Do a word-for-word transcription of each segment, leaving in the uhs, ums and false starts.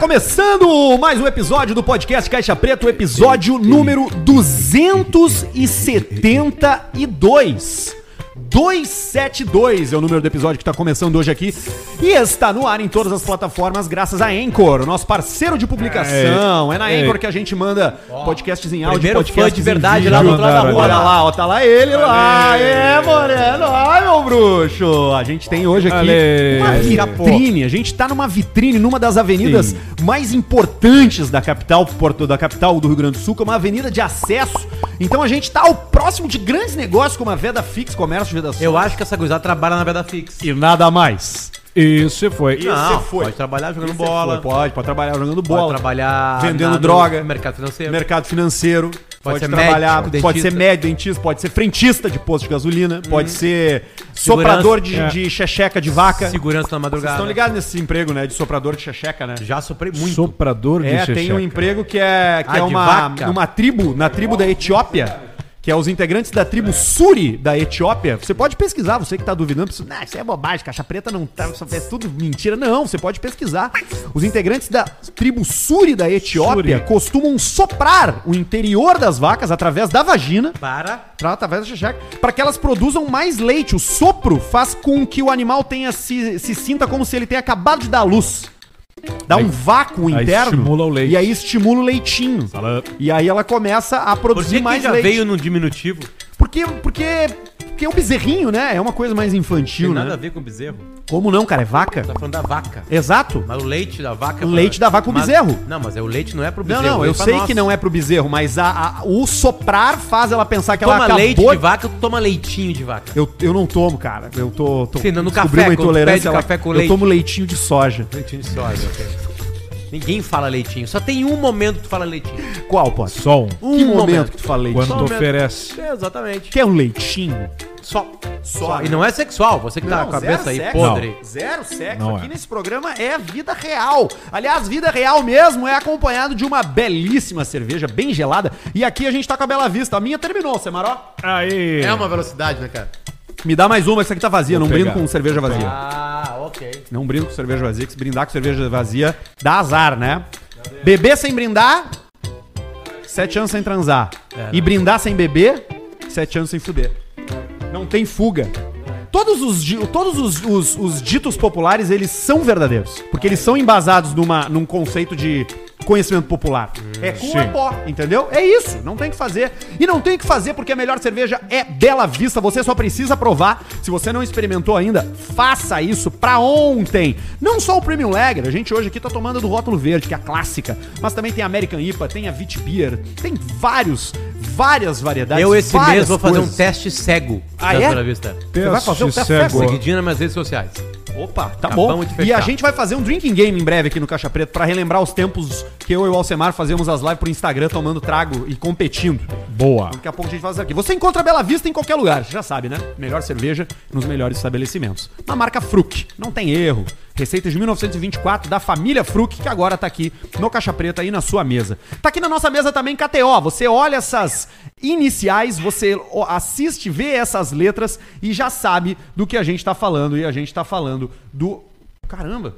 começando mais um episódio do podcast Caixa Preta, o episódio número duzentos e setenta e dois. duzentos e setenta e dois é o número do episódio que está começando hoje aqui e está no ar em todas as plataformas graças a Anchor, o nosso parceiro de publicação. É, é na Anchor é. que a gente manda oh, podcasts em áudio, primeiro podcasts fã de verdade vídeo, lá do outro lado da rua. Olha lá, ó, tá lá ele lá. É, Moreno. Ai, meu bruxo. A gente tem hoje aqui Ale. uma vitrine. A gente tá numa vitrine, numa das avenidas Sim. mais importantes da capital, Porto, da capital do Rio Grande do Sul, que é uma avenida de acesso. Então a gente tá ao próximo de grandes negócios como a Veda Fix, comércio de Eu acho que essa gurizada trabalha na Veda Fix. E nada mais. Isso foi. Isso Não, foi. Pode trabalhar jogando Isso bola. Foi. Pode, pode trabalhar jogando bola. Pode trabalhar vendendo droga. Mercado financeiro. Mercado financeiro. Pode, pode ser trabalhar, médico, pode ser médico, dentista, pode ser frentista de posto de gasolina, hum. pode ser soprador de, é. de xexeca de vaca. Segurança na madrugada. Vocês estão ligados nesse emprego, né? De soprador de xexeca, né? Já soprei muito. Soprador de é, xexeca. É, tem um emprego que é, que ah, é uma, numa tribo, na tribo da Etiópia. Que é os integrantes da tribo Suri da Etiópia. Você pode pesquisar, você que tá duvidando, isso, nah, isso é bobagem, Caixa Preta não tá, isso é tudo mentira. Não, você pode pesquisar. Os integrantes da tribo Suri da Etiópia Suri. costumam soprar o interior das vacas através da vagina. Para? Através da xexeca, para que elas produzam mais leite. O sopro faz com que o animal tenha se, se sinta como se ele tenha acabado de dar luz. Dá aí, um vácuo interno estimula o leite. E aí estimula o leitinho. Fala. E aí ela começa a produzir Por que mais que já leite. Veio no diminutivo? Porque, porque, porque o bezerrinho, né? É uma coisa mais infantil, Tem né? nada a ver com o bezerro. Como não, cara? É vaca. Tá falando da vaca. Exato. Mas o leite da vaca... O pra... leite da vaca é o bezerro. Não, mas é, o leite não é pro bezerro. Não, não, eu sei nós. que não é pro bezerro, mas a, a, o soprar faz ela pensar que toma ela acabou... Toma leite de vaca, tu toma leitinho de vaca. Eu, eu não tomo, cara. Eu tô... tô Sim, no café, uma intolerância. Ela... café com eu leite. tomo leitinho de soja. Leitinho de soja, ok. Ninguém fala leitinho. Só tem um momento que tu fala leitinho. Qual, pô? Só um. Um momento, momento que tu fala leitinho. Quando tu oferece. É, exatamente. Que é um leitinho. Só. Só. Só. E não é sexual. Você que não, tá com a cabeça aí sexo. podre. Não. Zero sexo. Não Aqui é. nesse programa é a vida real. Aliás, vida real mesmo é acompanhado de uma belíssima cerveja bem gelada. E aqui a gente tá com a Bela Vista. A minha terminou, Semaró. Aí. É uma velocidade, né, cara? Me dá mais uma, essa aqui tá vazia. Vou não pegar. brindo com cerveja vazia. Ah, ok. Não brindo com cerveja vazia, que se brindar com cerveja vazia dá azar, né? Beber sem brindar, sete anos sem transar. É, e brindar sem beber, sete anos sem fuder. Não tem fuga. Todos os, todos os, os, os ditos populares, eles são verdadeiros. Porque eles são embasados numa, num conceito de conhecimento popular. Hum, é com a pó, entendeu? É isso, não tem que fazer. E não tem que fazer porque a melhor cerveja é Bela Vista. Você só precisa provar. Se você não experimentou ainda, faça isso pra ontem. Não só o Premium Lager, a gente hoje aqui tá tomando do rótulo verde, que é a clássica. Mas também tem a American I P A, tem a Witbier, tem vários, várias variedades. Eu esse mês vou fazer coisas. um teste cego. Ah, é? Bela Vista. Você vai fazer um teste cego. cego? Seguidinho nas minhas redes sociais. Opa, tá Acabamos bom. E a gente vai fazer um drinking game em breve aqui no Caixa Preta pra relembrar os tempos que eu e o Alcemar fazíamos as lives pro Instagram tomando trago e competindo. Boa. Daqui a pouco a gente faz isso aqui. Você encontra a Bela Vista em qualquer lugar, você já sabe, né? Melhor cerveja nos melhores estabelecimentos. Na marca Fruc, não tem erro. Receita de mil novecentos e vinte e quatro da família Fruc, que agora tá aqui no Caixa Preta aí na sua mesa. Tá aqui na nossa mesa também K T O. Você olha essas iniciais, você assiste, vê essas letras e já sabe do que a gente tá falando. E a gente tá falando do... Caramba!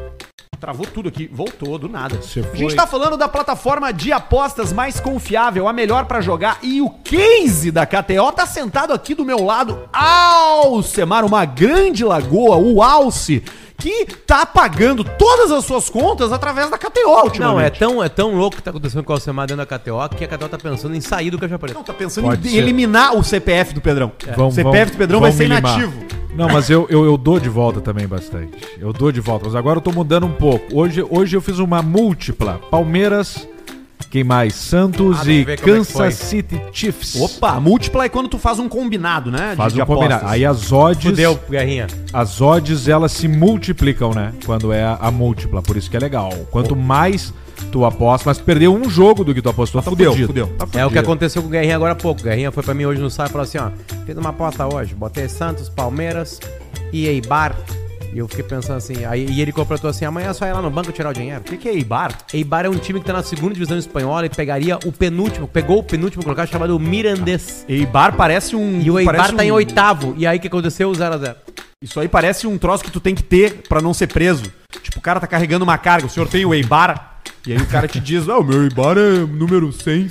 Travou tudo aqui, voltou do nada. A gente tá falando da plataforma de apostas mais confiável, a melhor pra jogar. E o case da K T O tá sentado aqui do meu lado. Alcemar, uma grande lagoa, o Alce, que tá pagando todas as suas contas através da K T O ultimamente. Não, é tão, é tão louco que tá acontecendo com o Alcemar dentro da K T O que a K T O tá pensando em sair do Caixa Preta. Não, tá pensando Pode em ser. eliminar o C P F do Pedrão. É. Vamos, o C P F vamos, do Pedrão vai ser limar. inativo. Não, mas eu, eu, eu dou de volta também bastante. Eu dou de volta, mas agora eu tô mudando um pouco. Hoje, hoje eu fiz uma múltipla. Palmeiras, quem mais? Santos ah, e Kansas é City Chiefs. Opa, a múltipla é quando tu faz um combinado, né? Faz de, um de combinado. Aí as odds... Fudeu, Guerrinha. As odds, elas se multiplicam, né? Quando é a, a múltipla, por isso que é legal. Quanto oh. mais tu aposta, mas perdeu um jogo do que tu apostou, tá fudeu, fudido. fudeu. Tá é o que aconteceu com o Guerrinha agora há pouco. O Guerrinha foi pra mim hoje no site e falou assim, ó, fiz uma aposta hoje, botei Santos, Palmeiras e Eibar. E eu fiquei pensando assim, aí, e ele completou assim, amanhã é só ir lá no banco tirar o dinheiro. O que, que é Eibar? Eibar é um time que tá na segunda divisão espanhola e pegaria o penúltimo, pegou o penúltimo colocado, chamado Mirandês. Eibar parece um... E o Eibar tá um... em oitavo, e aí o que aconteceu? zero a zero. Isso aí parece um troço que tu tem que ter pra não ser preso. Tipo, o cara tá carregando uma carga, o senhor tem o Eibar? E aí o cara te diz, ah, o meu Eibar é número cem.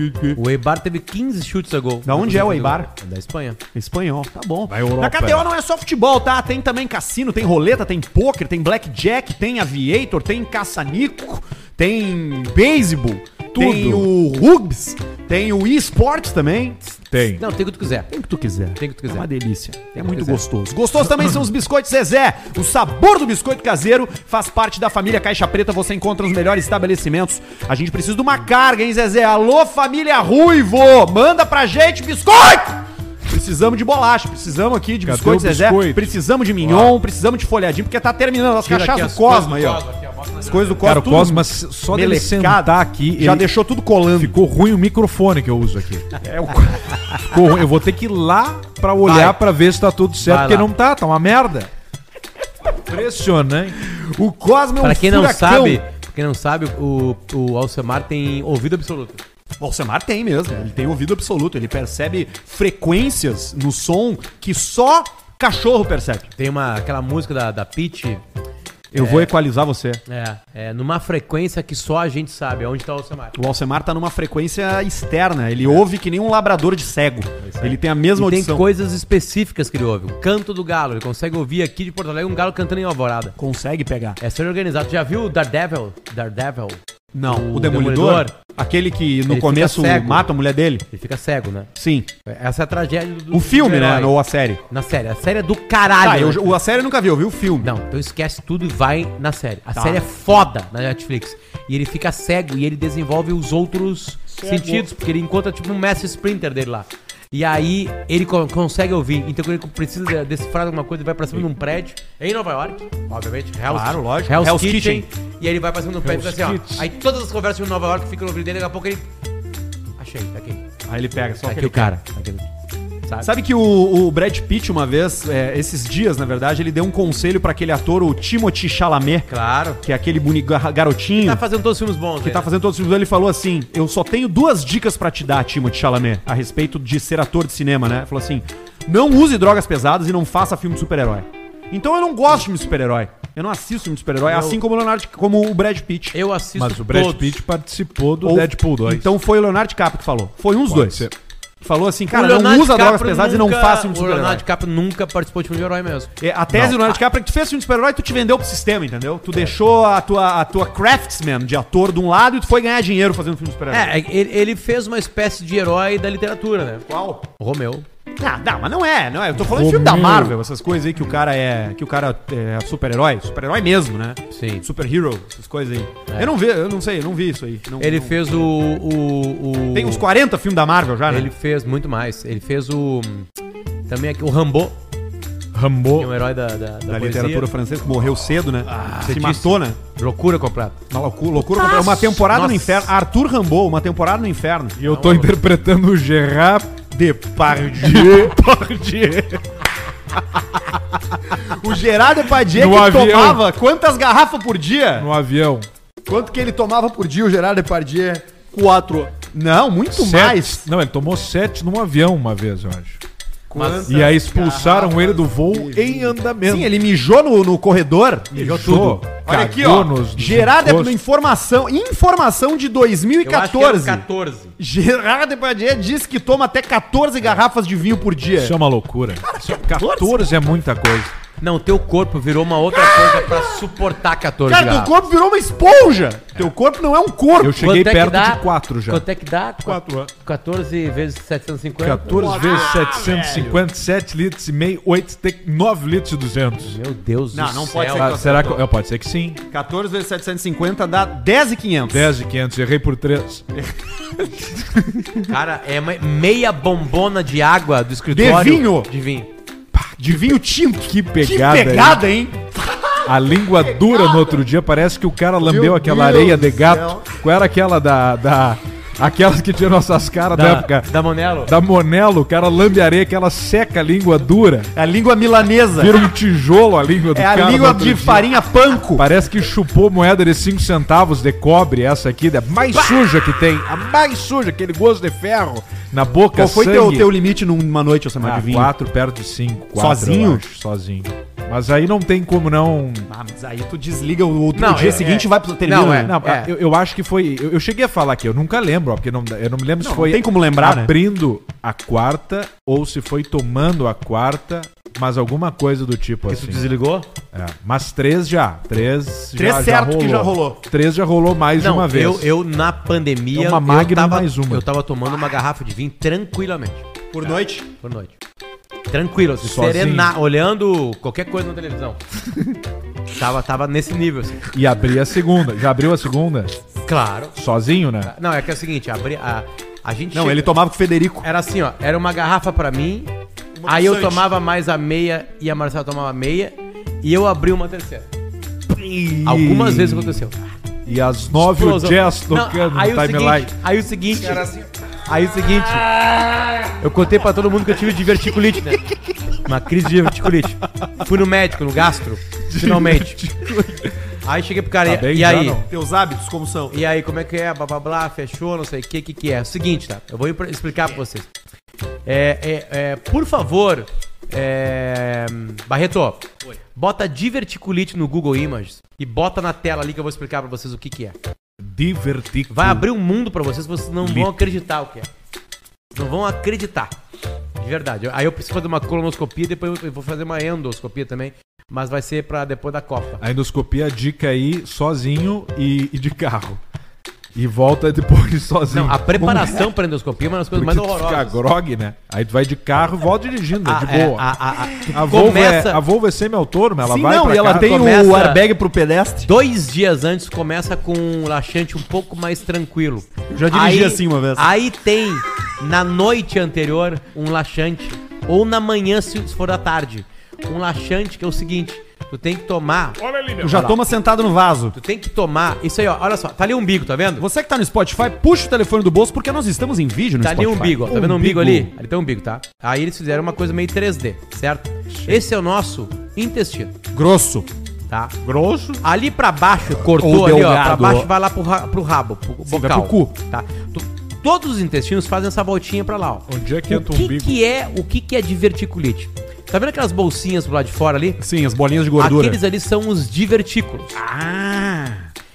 O Eibar teve quinze chutes a gol. Da onde é o Eibar? É da Espanha. Espanhol, tá bom. Vai Europa, Na K T O não é só futebol, tá? Tem também cassino, tem roleta, tem pôquer, tem blackjack, tem aviator, tem caça-nico, tem beisebol, tem o rugby, tem o eSports também. Tem. Não, tem o que tu quiser. Tem o que tu quiser. Tem o que tu quiser. É uma delícia. É que muito quiser. gostoso. Gostoso também são os biscoitos Zezé. O sabor do biscoito caseiro faz parte da família Caixa Preta. Você encontra os melhores estabelecimentos. A gente precisa de uma carga, hein, Zezé? Alô, família Ruivo! Manda pra gente biscoito! Precisamos de bolacha, precisamos aqui de Cadê biscoito o Zezé, biscoito? precisamos de mignon, precisamos de folhadinho, porque tá terminando as Tira aqui cachaças as do Cosma aí, coisas do ó. Cosma aqui, ó. Bota na As coisas do Cosma, Cara, o tudo Cosma, só dele melecado. sentar aqui, Já ele deixou tudo colando. ficou ruim o microfone que eu uso aqui. É o... Ficou ruim. Eu vou ter que ir lá pra olhar Vai. pra ver se tá tudo certo, Vai porque lá. não tá, tá uma merda. Impressionante. o Cosma é um Pra quem não furacão. sabe, pra quem não sabe, o, o Alcemar tem ouvido absoluto. O Alcemar tem mesmo, ele tem ouvido absoluto, ele percebe frequências no som que só cachorro percebe. Tem uma, aquela música da, da Pitty, Eu vou equalizar você. é, é numa frequência que só a gente sabe onde tá o Alcemar. O Alcemar tá numa frequência externa, ele ouve que nem um labrador de cego. Ele tem a mesma E tem audição. coisas específicas que ele ouve. O canto do galo, ele consegue ouvir aqui de Porto Alegre um galo cantando em Alvorada. Consegue pegar. É ser organizado. Já viu o Daredevil? Daredevil? Não, o, O Demolidor, Demolidor, aquele que no ele começo fica cego. mata a mulher dele. Ele fica cego, né? Sim. Essa é a tragédia do O filme, do né? herói. Ou a série. Na série. A série é do caralho. Tá, né? eu, o- a série eu nunca vi, eu vi o filme. Não, então esquece tudo e vai na série. A Tá. série é foda na Netflix. E ele fica cego e ele desenvolve os outros sentidos, porque ele encontra tipo um Mestre Splinter dele lá. E aí ele co- consegue ouvir. Então quando ele precisa de- decifrar alguma coisa, ele vai pra cima de um prédio em Nova York, obviamente. Hell's, Claro, lógico. Hell's, Hell's Kitchen, Kitchen. E aí ele vai pra cima de um prédio e fica assim, ó. Kitchen. Aí todas as conversas em Nova York ficam no ouvido dele, daqui a pouco ele... Achei, tá aqui. Aí ele pega só Tá o que aqui ele o cara. Tá aqui. Sabe? Sabe que o, o Brad Pitt, uma vez, é, esses dias, na verdade, ele deu um conselho pra aquele ator, o Timothée Chalamet, Claro. que é aquele boni- gar- garotinho Tá fazendo todos os filmes bons, que né? tá fazendo todos os filmes. Ele falou assim: eu só tenho duas dicas pra te dar, Timothée Chalamet, a respeito de ser ator de cinema, né? Ele falou assim: não use drogas pesadas e não faça filme de super-herói. Então eu não gosto de filme de super-herói. Eu não assisto filme de super-herói, Eu- assim como o Leonardo, como o Brad Pitt. Eu assisto Mas o Brad todos. Pitt participou do Ou- Deadpool dois. Então foi o Leonardo DiCaprio que falou. Foi uns Pode dois. ser. Falou assim, O cara, não Leonardo usa drogas DiCaprio pesadas e não nunca- faça filme de O Leonardo super-herói. DiCaprio nunca participou de filme de herói mesmo. É, a tese Não. do Leonardo DiCaprio é que tu fez filme de super-herói e tu te vendeu pro sistema, entendeu? Tu deixou a tua, a tua craftsman de ator de um lado e tu foi ganhar dinheiro fazendo filme de super-herói. É, ele, ele fez uma espécie de herói da literatura, né? Qual? O Romeu. Ah, não, mas não é, não é. Eu tô falando de filme da Romeu. Marvel, essas coisas aí que o cara é. Que o cara é super-herói. Super-herói mesmo, né? Sim. Super-hero, essas coisas aí. É. Eu não vi, eu não sei, eu não vi isso aí. Não- Ele não- fez o, o, o- Tem uns quarenta filmes da Marvel já, né? Ele fez muito mais. Ele fez o... Também aqui, o Rambo, Rambo. que é um herói da, da, da Da poesia. literatura francesa, que morreu cedo, né? Se cedíssimo. matou, né? Loucura completa. Uma loucura, loucura completa. Uma temporada Nossa. no inferno. Arthur Rambo, uma temporada no inferno. E eu tô interpretando o Gerard Depardieu. Depardieu. O Gerard Depardieu No que avião. tomava quantas garrafas por dia? no avião. Quanto que ele tomava por dia, o Gerard Depardieu? Quatro. Não, muito Sete. mais. Não, ele tomou sete num avião uma vez, eu acho. Quantas E aí expulsaram garrafas ele do voo de em vinho? andamento. Sim, ele mijou no, no corredor. Mijou tudo. tudo. Olha aqui, Cagou ó. nos- nos Gerard encostos. informação, informação de dois mil e Eu acho que era o quatorze. catorze. Gerard Depardieu disse que toma até quatorze garrafas de vinho por dia. Isso é uma loucura. Isso é- quatorze é muita coisa. Não, teu corpo virou uma outra coisa pra suportar catorze Cara, teu garrafas. corpo virou uma esponja. Teu corpo não é um corpo. Eu cheguei Quanto é que perto dá? de quatro já. Quanto é que dá? Quatro, é. quatorze vezes setecentos e cinquenta? quatorze vezes setecentos e cinquenta, sete litros e meio, oito, tem nove litros e duzentos. Meu Deus Não, do não céu. pode ser Ah, será que... é, pode ser que sim. quatorze vezes setecentos e cinquenta dá dez mil e quinhentos. dez e quinhentos, errei por três. Cara, é uma meia bombona de água do escritório. De vinho? De vinho. De vinho tinto. Que pegada, Que pegada, hein? A língua dura no outro dia, parece que o cara lambeu Meu aquela Deus areia de do gato. céu. Qual era aquela da... da aquelas que tinha nossas caras da, Da, época? da Monelo. Da Monelo, o cara lambe areia que ela seca a língua dura. É a língua milanesa. Vira um tijolo a língua do É a cara. no língua outro de dia. farinha panko. Parece que chupou moeda de cinco centavos de cobre, essa aqui, a mais suja que tem. A mais suja, aquele gosto de ferro na boca, Qual foi sangue. teu, teu limite numa noite, Alcemar, Ah, de vinho? quatro perto de cinco. Quatro, Sozinho? eu acho, sozinho. Mas aí não tem como não... Ah, mas aí tu desliga o, o Não, dia é- seguinte e é- vai pro termina. não, né? é. Não, eu, eu acho que foi... Eu, eu cheguei a falar aqui, eu nunca lembro, ó, porque não, eu não me lembro Não, se foi... não tem como lembrar, né? abrindo a quarta ou se foi tomando a quarta, mas alguma coisa do tipo Que assim. tu desligou? É, mas três já. Três, Três já, certo já que já rolou. Três já rolou mais de Não, uma vez. eu, eu na pandemia, É uma eu, Magnum tava, mais uma. eu tava tomando uma garrafa de vinho tranquilamente, Por noite. por noite. Tranquilo, assim, Sozinho. serena, olhando qualquer coisa na televisão. tava, tava nesse nível, assim. E abri a segunda. Já abriu a segunda? Claro. Sozinho, né? Não, é que é o seguinte, abri, a, a gente Não, chega- ele tomava com o Federico. Era assim, ó, era uma garrafa pra mim, Uma aí eu possante. tomava mais a meia e a Marcela tomava meia, e eu abri uma terceira. Algumas vezes aconteceu. E às nove o Explosão. jazz Não, tocando no aí o timeline. seguinte, aí o seguinte, aí o seguinte, eu contei pra todo mundo que eu tive diverticulite, né? Uma crise de diverticulite. Fui no médico, no gastro, finalmente. Aí cheguei pro cara, Tá bem e já, aí? não? Teus hábitos como são? E aí, como é que é? Blá, blá, blá, fechou, não sei o que, que que é. Seguinte, tá? Eu vou impr- explicar pra vocês. É, é, é, por favor, é, Barreto, bota diverticulite no Google Images e bota na tela ali que eu vou explicar pra vocês o que que é. Diverticulite. Vai abrir um mundo pra vocês, vocês não vão acreditar o que é. Não vão acreditar. De verdade. Aí eu preciso fazer uma colonoscopia e depois eu vou fazer uma endoscopia também. Mas vai ser pra depois da Copa. A endoscopia, a dica aí, sozinho e, e de carro. E volta depois sozinho. Não, a preparação pra endoscopia é uma das coisas Porque mais tu fica horrorosas. grog, né? Aí tu vai de carro e volta dirigindo, Ah, de é, boa. a, a, a, tu A Volvo, começa é, a Volvo é semi-autônoma, ela Sim, vai não, pra e ela cá. tem começa- o airbag pro pedestre. dois dias antes começa com um laxante um pouco mais tranquilo. Já dirigi Aí- assim uma vez. Aí tem na noite anterior um laxante, ou na manhã se for da tarde, um laxante que é o seguinte, tu tem que tomar, Tu já toma sentado no vaso. tu tem que tomar, isso aí ó, olha só, tá ali o umbigo, tá vendo? Você que tá no Spotify, puxa o telefone do bolso porque nós estamos em vídeo no Tá ali Spotify. o umbigo, ó, tá vendo o umbigo ali? Ali tem um umbigo, tá? Aí eles fizeram uma coisa meio três D, certo? Esse é o nosso intestino, Grosso. tá? Grosso. Ali pra baixo, cortou Ou ali, ó, delgado. pra baixo vai lá pro, ra- pro rabo, pro Sim, vai bocal, pro cu. tá? Tu- Todos os intestinos fazem essa voltinha pra lá, ó. Onde é que O entra o que umbigo? que é, o que que é diverticulite? Tá vendo aquelas bolsinhas pro lado de fora ali? Sim, as bolinhas de gordura. Aqueles ali são os divertículos. Ah.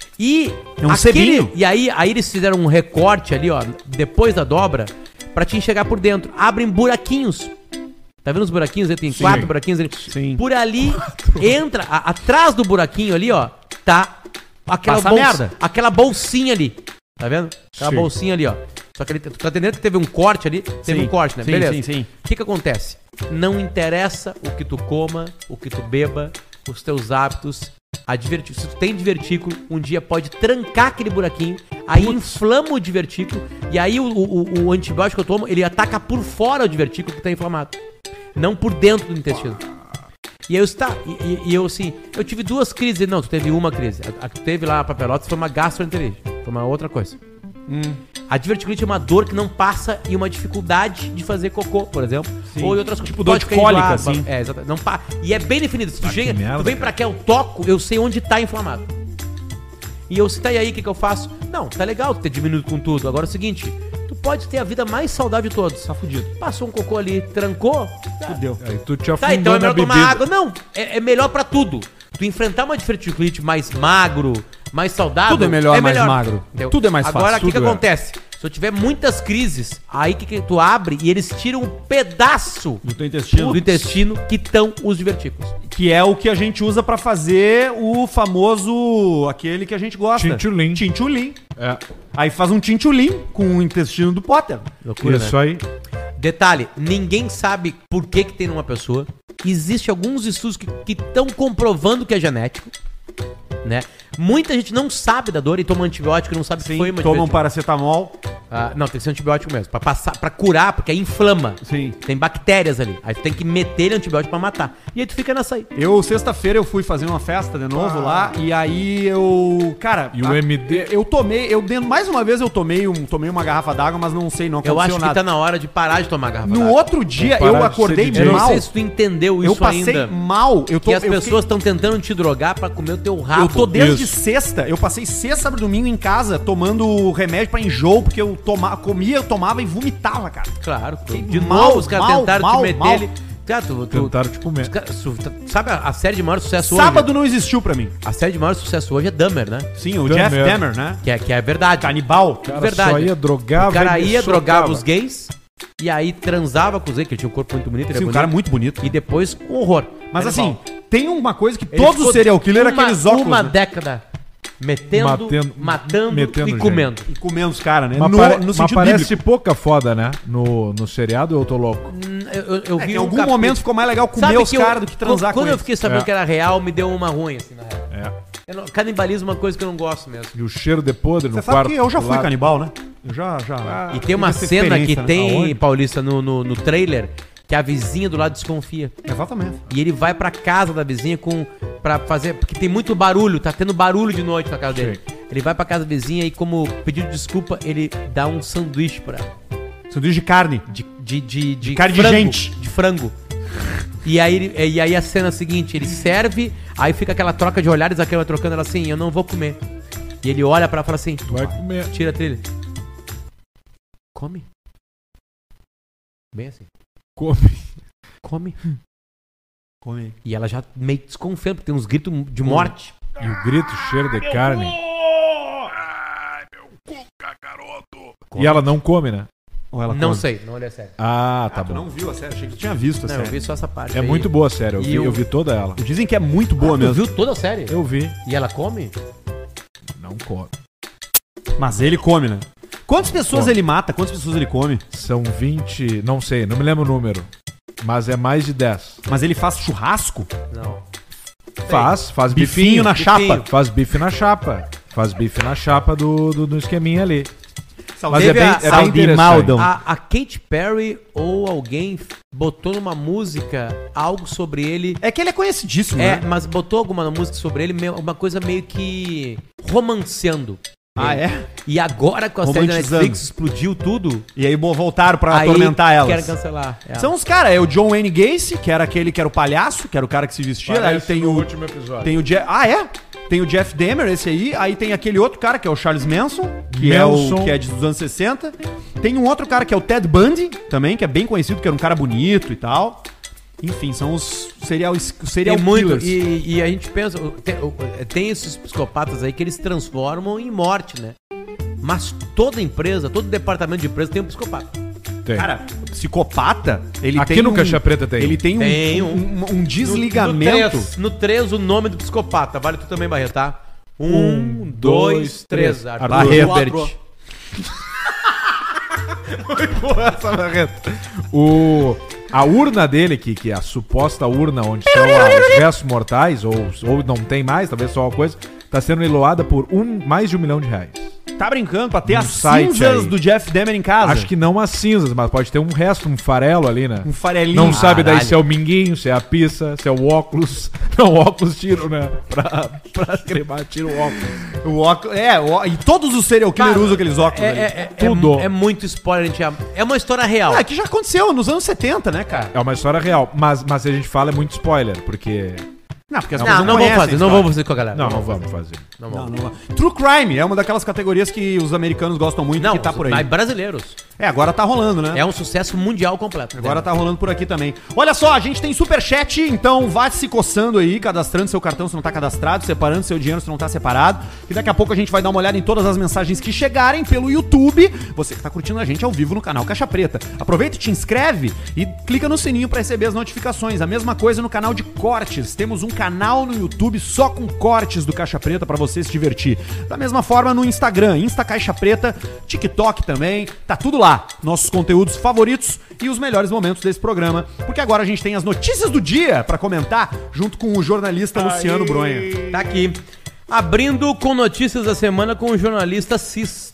E É um sebinho. e aí, aí eles fizeram um recorte ali, ó, depois da dobra, pra te enxergar por dentro. Abrem buraquinhos. Tá vendo os buraquinhos? Aí tem Sim. quatro buraquinhos ali. Sim. Por ali entra, a- atrás do buraquinho ali, ó, tá aquela Passa bolsa- merda. aquela bolsinha ali. Tá vendo? Aquela Sim. bolsinha ali, ó. Só que ele, tu tá entendendo que teve um corte ali? Teve Sim. um corte, né? Sim, Beleza. sim, sim. O que que acontece? Não interessa o que tu coma, o que tu beba, os teus hábitos. A diverti- Se tu tem divertículo, um dia pode trancar aquele buraquinho, aí inflama o divertículo, e aí o, o- o antibiótico que eu tomo, ele ataca por fora o divertículo que tá inflamado. Não por dentro do intestino. E aí eu, tá, e, e- e eu assim, eu tive duas crises. Não, tu teve uma crise. A, a que tu teve lá pra Pelotas foi uma gastroenterite. Foi uma outra coisa. A diverticulite é uma dor que não passa e uma dificuldade de fazer cocô, por exemplo. Ou em outras coisas. Tipo dor de cólica, assim. É, exatamente. Não pa... E é bem definido. Se tu Ah, que chega, merda, tu vem pra cá, eu toco, eu sei onde tá inflamado. E eu, se tá aí, o que, que eu faço? Não, tá legal tu ter diminuído com tudo. Agora é o seguinte, tu pode ter a vida mais saudável de todos. Tá fudido. Passou um cocô ali, trancou. Fudeu. Aí tu te Tá, afundou então é na melhor tomar bebida. água. Não, é, é melhor pra tudo. Tu enfrentar uma diverticulite mais magro, mais saudável. Tudo é melhor mais magro. Tudo é mais fácil, Agora, o que, que tudo é. acontece? Se eu tiver muitas crises, aí que, que tu abre e eles tiram um pedaço Do teu intestino. do intestino que estão os divertículos. Que é o que a gente usa pra fazer o famoso, aquele que a gente gosta. Tintulim. Tintulim. É. Aí faz um tintulim com o intestino do Potter. Loucura, Isso né? aí. Detalhe, ninguém sabe por que que tem numa pessoa. Existem alguns estudos que estão comprovando que é genético, né? Muita gente não sabe da dor e toma antibiótico e não sabe se foi uma Tomam diverticulite. paracetamol. Ah, não, tem que ser antibiótico mesmo. Pra, passar, pra curar, porque aí inflama. Sim. Tem bactérias ali. Aí tu tem que meter ele antibiótico pra matar. E aí tu fica nessa aí. Eu, sexta-feira, eu fui fazer uma festa de novo lá. E aí eu. Cara. E o a- M D? Eu tomei. Eu dentro, mais uma vez eu tomei, um, tomei uma garrafa d'água, mas não sei, não Eu aconteceu acho que nada. tá na hora de parar de tomar garrafa No d'água. outro dia Vou parar eu de ser acordei D J. Eu não mal. sei se tu entendeu Eu isso passei ainda. mal. Eu tô, Que as eu pessoas fiquei- estão tentando te drogar pra comer o teu rabo. Eu tô desde Isso. sexta, eu passei sexta, sábado e domingo em casa tomando remédio pra enjoo, porque eu toma, comia, eu tomava e vomitava, cara. Claro. Fiquei De mal, novo os caras mal, tentaram mal, te meter mal. ele. Cara, tu, tu, Tentaram te comer. os caras- su- sabe a, a série de maior sucesso Sábado hoje? não existiu pra mim. A série de maior sucesso hoje é Dahmer, né? Sim, o Dahmer. Jeff Dahmer, né? Que é, que é verdade. Canibal. Cara, verdade. só ia drogar, O cara velho, ia, socava. drogava os gays e aí transava com os gays, que ele tinha um corpo muito bonito. Ele Sim, é um cara bonito, muito bonito. E depois, um horror. Mas Canibal. assim, tem uma coisa que Ele todos ficou os serial killer uma, aqueles óculos, Uma né? década metendo, Matendo- matando metendo e gente. comendo. E comendo os caras, né? Mas, no, pare- no mas sentido parece bíblico. pouca foda, né? No, no seriado eu tô louco. Hum, Eu, eu, eu É, vi em um algum capítulo- momento ficou mais legal comer Sabe os que eu- caras do que transar Quando com eu eles. fiquei sabendo É. que era real, me deu uma ruim, assim, na real. É. Eu não- canibalismo é uma coisa que eu não gosto mesmo. E o cheiro de podre no Você sabe quarto. que eu já do fui lado. canibal, né? Eu já, já. E tem uma essa cena que experiência, né? tem, Aonde? Paulista, no, no, no trailer, que a vizinha do lado desconfia. Exatamente. E ele vai pra casa da vizinha com para fazer, porque tem muito barulho, tá tendo barulho de noite na casa dele. Ele vai pra casa da vizinha e como pedido de desculpa, ele dá um sanduíche pra ela. Sanduíche de carne. De de de, de Carne de frango, gente. de frango. E aí, ele- e aí a cena seguinte, ele serve, aí fica aquela troca de olhares, aquela trocando ela assim, eu não vou comer. E ele olha pra ela e fala assim, Tu vai comer. tira a trilha. Come. Bem assim. Come. Come. Come. E ela já meio desconfiando, porque tem uns gritos de morte. E o grito, cheiro de carne. E ela não come, né? Ou ela Não come? sei, não olhei a série. Ah, tá Ah, tu bom. não viu a série? Achei que tu tinha visto a Não, série. eu vi só essa parte. É aí. muito boa a série. Eu E vi, o- eu vi toda ela. Dizem que é muito boa Ah, tu mesmo. viu toda a série? Eu vi. E ela come? Não come. Mas ele come, né? Quantas pessoas Come. ele mata? Quantas pessoas ele come? São vinte. Não sei, não me lembro o número. Mas é mais de dez. Mas ele faz churrasco? Não. Faz, faz Bifinho bifinho. na bifinho. chapa. Faz bife na chapa. Faz bife na chapa do, do, do esqueminha ali. Mas é Teve bem, a- é bem Saudi interessante. Maldon. A, a Katy Perry ou alguém botou numa música algo sobre ele. É que ele é conhecidíssimo, É, né? mas botou alguma música sobre ele, meio- uma coisa meio que romanceando. Ah, ele. é? E agora com a série da Romantizando. Netflix explodiu tudo. E aí bom, voltaram pra aí atormentar elas. querem cancelar. É. São os caras, é o John Wayne Gacy, que era aquele que era o palhaço, que era o cara que se vestia. Aí tem no o, último episódio. tem o Jeff... Ah, é? Tem o Jeff Dahmer, esse aí. Aí tem aquele outro cara, que é o Charles Manson, que, É, o, Manson. que é de- dos anos sessenta. Tem um outro cara que é o Ted Bundy, também, que é bem conhecido, que era um cara bonito e tal. Enfim, são os serial, os serial Tem muito. killers. E, e a gente pensa, tem, tem esses psicopatas aí que eles transformam em morte, né? Mas toda empresa, todo departamento de empresa tem um psicopata. Tem. Cara, psicopata, ele Aqui tem no um, Caixa Preta tem. Ele tem, um- Tem um, um. um, um desligamento. No três, o nome do psicopata. Vale tu também, Barreto, tá? Um, Um, dois, dois, três. três. Arthur Barreto. Albert. O, a urna dele, que, que é a suposta urna onde estão os restos mortais, ou, ou não tem mais, talvez só uma coisa, tá sendo leiloada por um, mais de um milhão de reais. Tá brincando pra ter Um as site cinzas aí. do Jeff Dahmer em casa? Acho que não as cinzas, mas pode ter um resto, um farelo ali, né? Um farelinho. Não sabe daí Caralho. se é o minguinho, se é a pizza, se é o óculos. Não, o óculos tiro, né? Pra, pra cremar, tira o óculos. O óculos. É, o- e todos os serial killers Cara, usam aqueles óculos É, ali. é, é, Tudo. é, é muito spoiler, a gente ama. É uma história real. Ah, que já aconteceu nos anos setenta, né, cara? É uma história real, mas, mas a gente fala é muito spoiler, porque... Não, porque as Não, pessoas não vamos conhecem fazer, a não história. vamos fazer com a galera. Não, não vamos fazer. Não Não, vamos. não. True Crime é uma daquelas categorias que os americanos gostam muito Não, que tá por aí. mas brasileiros. É, agora tá rolando, né? É um sucesso mundial completo. Agora tá rolando por aqui também. Olha só, a gente tem superchat, então vá se coçando aí, cadastrando seu cartão se não tá cadastrado, separando seu dinheiro se não tá separado. E daqui a pouco a gente vai dar uma olhada em todas as mensagens que chegarem pelo YouTube. Você que tá curtindo a gente ao vivo no canal Caixa Preta. Aproveita e te inscreve e clica no sininho pra receber as notificações. A mesma coisa no canal de cortes. Temos um canal no YouTube só com cortes do Caixa Preta pra você se divertir. Da mesma forma no Instagram, Insta Caixa Preta, TikTok também, tá tudo lá. Nossos conteúdos favoritos e os melhores momentos desse programa, porque agora a gente tem as notícias do dia pra comentar junto com o jornalista Luciano Bronha. Tá aqui. Abrindo com notícias da semana com o jornalista cis.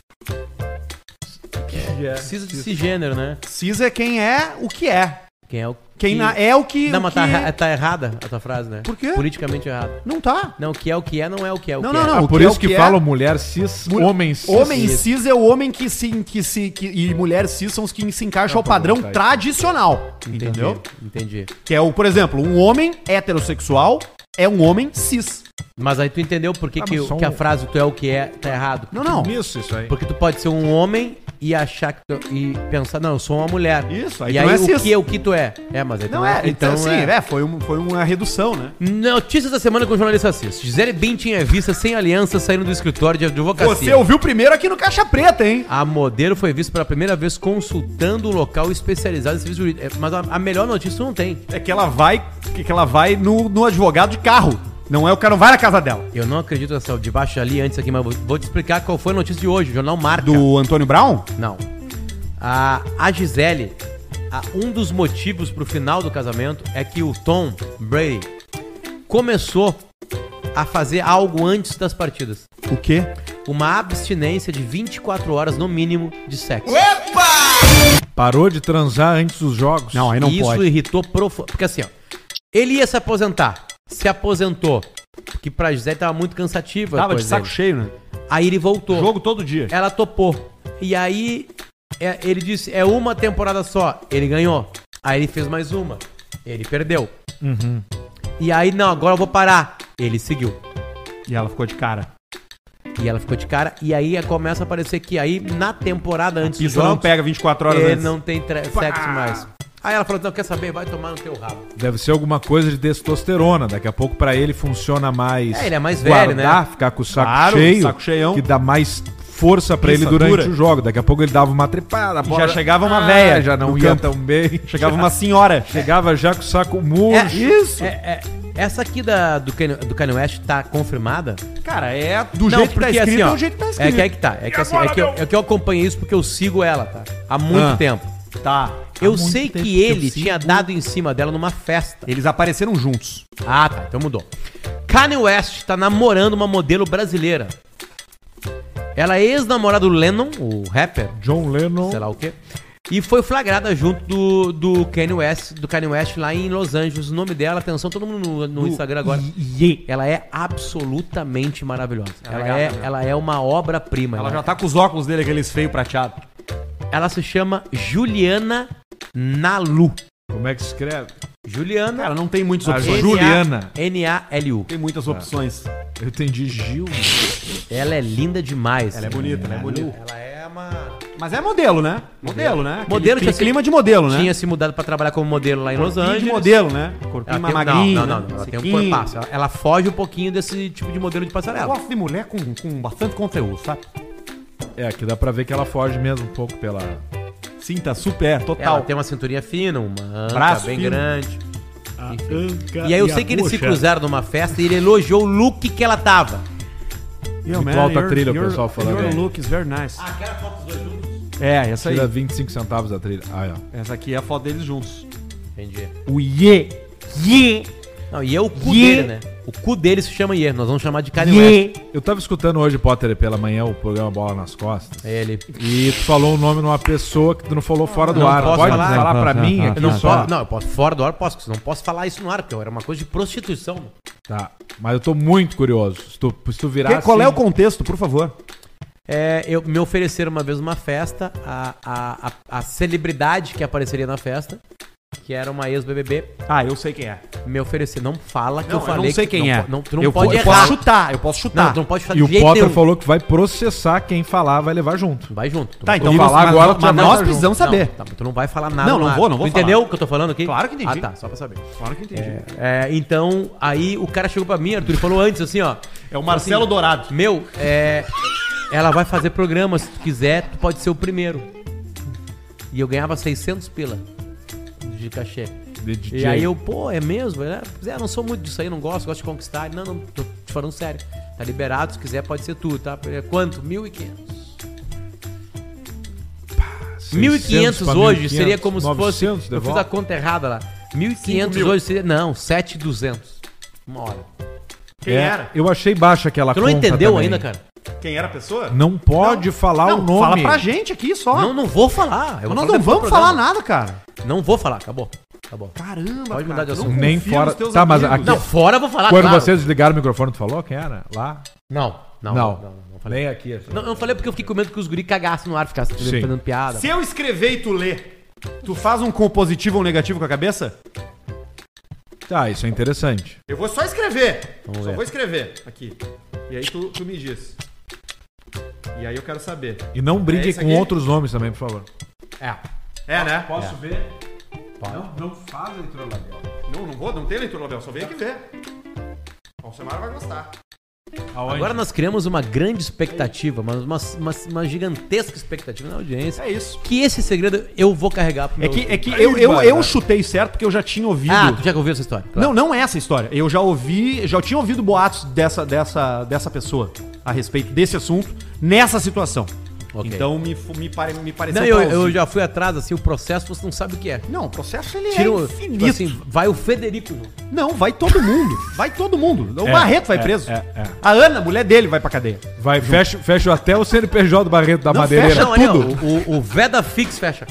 Cis de cisgênero, né? Cis é quem é o que é. Quem é o Quem que... na- é o que... Não, o mas que... tá, erra- tá errada a tua frase, né? Por quê? Politicamente errada. Não tá. Não, o que é o que é não é o que é o Não, que não, é. não. Ah, o por que é isso o que, que é- falam mulher cis, Mul- homem cis. Homem Cis. cis é o homem que se, que se que, e mulher cis são os que se encaixam ao padrão botar isso. tradicional, Entendi, entendeu? Entendi. Que é o, por exemplo, um homem heterossexual é um homem cis. Mas aí tu entendeu por que, Ah, que, mas só que a um- frase tu é o que é tá errado. Não, não. Isso, isso aí. Porque tu pode ser um homem e achar que tu, e pensar, não, eu sou uma mulher. Isso, aí e tu aí não é o cis. que é o que tu é? É, mas aí tu Não é, então assim, é. é, foi, um, foi uma redução, né? Notícias da semana com o jornalista Assis. Gisele Bündchen é vista sem aliança saindo do escritório de advocacia. Você ouviu primeiro aqui no Caixa Preta, hein? A modelo foi vista pela primeira vez consultando um local especializado em serviço jurídico. É, mas a, a melhor notícia não tem. É que ela vai, que ela vai no, no advogado de carro. Não é o cara, não vai na casa dela. Eu não acredito nessa de baixo ali antes aqui, mas vou, vou te explicar qual foi a notícia de hoje. O jornal Marca. Do Antônio Brown? Não. A, a Gisele, a, um dos motivos pro final do casamento é que o Tom Brady começou a fazer algo antes das partidas. O quê? Uma abstinência de vinte e quatro horas no mínimo de sexo. Parou de transar antes dos jogos. Não, aí não E isso pode. irritou profundamente. Porque assim, ó, ele ia se aposentar, se aposentou, porque pra Gisele tava muito cansativa. a Tava de coisa saco dele. cheio, né? Aí ele voltou. Jogo todo dia. Ela topou. E aí é, ele disse, é uma temporada só. Ele ganhou. Aí ele fez mais uma. Ele perdeu. Uhum. E aí, não, agora eu vou parar. Ele seguiu. E ela ficou de cara. E ela ficou de cara. E aí começa a aparecer que aí, na temporada antes Isso não pega vinte e quatro horas ele antes. não tem tre- sexo mais. Aí ela falou, não, quer saber? Vai tomar no teu rabo. Deve ser alguma coisa de testosterona. Daqui a pouco pra ele funciona mais. É, ele é mais velho, guardar, né? ficar com o saco Claro, cheio. saco cheião. Que dá mais força pra ele Pensadura. durante o jogo. Daqui a pouco ele dava uma trepada. a E bola- já chegava uma Ah, véia Já não no ia campo. tão bem. Chegava uma senhora. Chegava já com o saco É, murcho. Isso. É, é, essa aqui da, do, Kanye, do Kanye West tá confirmada? Cara, é do Não, jeito que tá porque, escrito, assim, ó, é o jeito que tá É escrito. que é que tá. É que, assim, é, que eu, é que eu acompanhei isso porque eu sigo ela, tá? Há muito Ah. tempo. Tá. Eu muito sei tempo que que eu ele sigo. tinha dado em cima dela numa festa. Eles apareceram juntos. Ah, tá. Então mudou. Kanye West tá namorando uma modelo brasileira. Ela é ex-namorada do Lennon, o rapper, John Lennon. sei lá o quê. E foi flagrada junto do, do Kanye West, do Kanye West lá em Los Angeles. O nome dela, atenção, todo mundo no, no Instagram agora. Ye. Ela é absolutamente maravilhosa. Ela Ela, é é, gata, né? ela é uma obra-prima. Ela já tá com os óculos dele, aqueles feios prateados. Ela se chama Juliana Nalu. Como é que se escreve? Juliana. Cara, não tem muitas A opções. Juliana. N A L U. Tem muitas opções. Eu entendi Gil. Ela é linda demais. Ela é bonita, ela é bonita. Ela é uma... Mas é modelo, né? Modelo, né? Modelo Aquele tinha clima de modelo, né? Tinha se mudado pra trabalhar como modelo lá em Los Corpinho Angeles. de modelo, né? Corpinho Ela mais tem, magrinho. não, não, não, né? ela tem um Sequinho. corpaço. Ela, ela foge um pouquinho desse tipo de modelo de Eu passarela. gosto de mulher com, com bastante conteúdo, sabe? É, aqui dá pra ver que ela foge mesmo um pouco pela. Sim, tá super, Ela total. tem uma cinturinha fina, uma anca Braço bem fino. grande. Enfim. E aí eu sei que eles se cruzaram numa festa e ele elogiou o look que ela tava. Yo, Muito alta a trilha, o pessoal falando Your aí. look is very nice. Ah, aquela foto dos dois juntos? É, essa aí. Tira vinte e cinco centavos da trilha. Ah, ó. Essa aqui é a foto deles juntos. Entendi. O Ye. Ye. Não, e é o cu Ye. dele, né? O cu dele se chama Ye. Nós vamos chamar de Kanye West. Ye. Eu tava escutando hoje, Potter, pela manhã, o programa Bola nas Costas. Ele. E tu falou o nome de uma pessoa que tu não falou fora do Não ar. posso Pode falar. falar, pra Não, mim não, aqui Eu não, só? posso, não, eu posso fora do ar, posso, porque eu não posso falar isso no ar, porque era uma coisa de prostituição. Tá. Mas eu tô muito curioso. Se tu, se tu virar Que- qual é o assim- contexto, por favor? É, eu, me ofereceram uma vez uma festa, a, a, a, a celebridade que apareceria na festa, que era uma ex-B B B, Ah, eu sei quem é. me oferecer. Não fala que Não, eu falei. não sei que quem não, é. po- Não, tu não eu pode po- eu errar. posso chutar, eu posso chutar. Não, tu não pode chutar E o jeito Potter nenhum. falou que vai processar quem falar, vai levar junto. Vai junto. Tu Tá, não então Vou pode- falar mas- agora, mas, tu já nós vai junto. precisamos saber. Não, tá, tu não vai falar nada. Não, no não ar. vou, não vou Tu entendeu falar. o que eu tô falando aqui? Claro que entendi. Ah, tá, só pra saber. Claro que entendi. É, É, então, aí o cara chegou pra mim, Arthur, e falou antes assim, ó. o Marcelo Dourado. Meu, é, ela vai fazer programa, se tu quiser, tu pode ser o primeiro. E eu ganhava seiscentos pila de cachê. De D J. E aí eu, pô, é mesmo? É, é, não sou muito disso aí, não gosto, gosto de conquistar. Não, não, tô te falando sério. Tá liberado, se quiser pode ser tu, tá? É quanto? mil e quinhentos. mil e quinhentos pra hoje mil e quinhentos, seria como se fosse... novecentos de Eu fiz volta. a conta errada lá. mil e quinhentos mil. hoje seria... Não, sete mil e duzentos. Uma hora. Quem É, era? Eu achei baixa aquela Tu não conta entendeu também. ainda, cara? Quem era a pessoa? Não pode falar Não, o nome. fala pra gente aqui só. Não, não vou falar. Eu vou Nós falar não depois vamos do falar programa. nada, cara. Não vou falar, acabou. Acabou. Caramba, Pode mudar cara, de tu não assunto. Nem confia fora- nos teus Tá, mas amigos. aqui- Não, fora eu vou falar, Quando claro. vocês desligaram o microfone, tu falou quem era? Lá? Não, não, Não. não, não, não falei. Nem aqui. assim. Não, eu falei porque eu fiquei com medo que os guri cagassem no ar, ficassem Sim. fazendo piada. Se eu escrever e tu ler, tu faz um com positivo ou um negativo com a cabeça? Tá, isso é interessante. Eu vou só escrever. Vamos só ver. vou escrever aqui. E aí tu, tu me diz. E E aí eu quero saber. E não É brigue esse com aqui? outros nomes também, por favor. É. É, né? Posso É. ver? Pode. Não, não faz a leitura labial. Não, não vou, não tem leitura labial, só vem aqui ver. O Alcemar vai gostar. Aonde? Agora nós criamos uma grande expectativa, mas uma, uma, uma gigantesca expectativa na audiência. É isso. Que esse segredo eu vou carregar pro É meu... que, é que Aí, eu, eu, vai, eu vai. chutei certo porque eu já tinha ouvido. Ah, tu já ouviu essa história? Claro. Não, não é essa história. Eu já ouvi, já tinha ouvido boatos dessa, dessa, dessa pessoa a respeito desse assunto, nessa situação. Ok. Então me, me, pare, me pareceu Não, eu, eu plausível. já fui atrás, assim, o processo você não sabe o que é. Não, o processo ele Tira é o- infinito. tipo assim, vai o Federico junto. Não, vai todo mundo. Vai todo mundo. O É, Barreto vai é, preso. é, é. A Ana, mulher dele, vai pra cadeia. Vai, fecha, fecha até o C N P J do Barreto da Não, Madeireira. fecha Não, ali, ó, tudo. o, o Veda Fix fecha.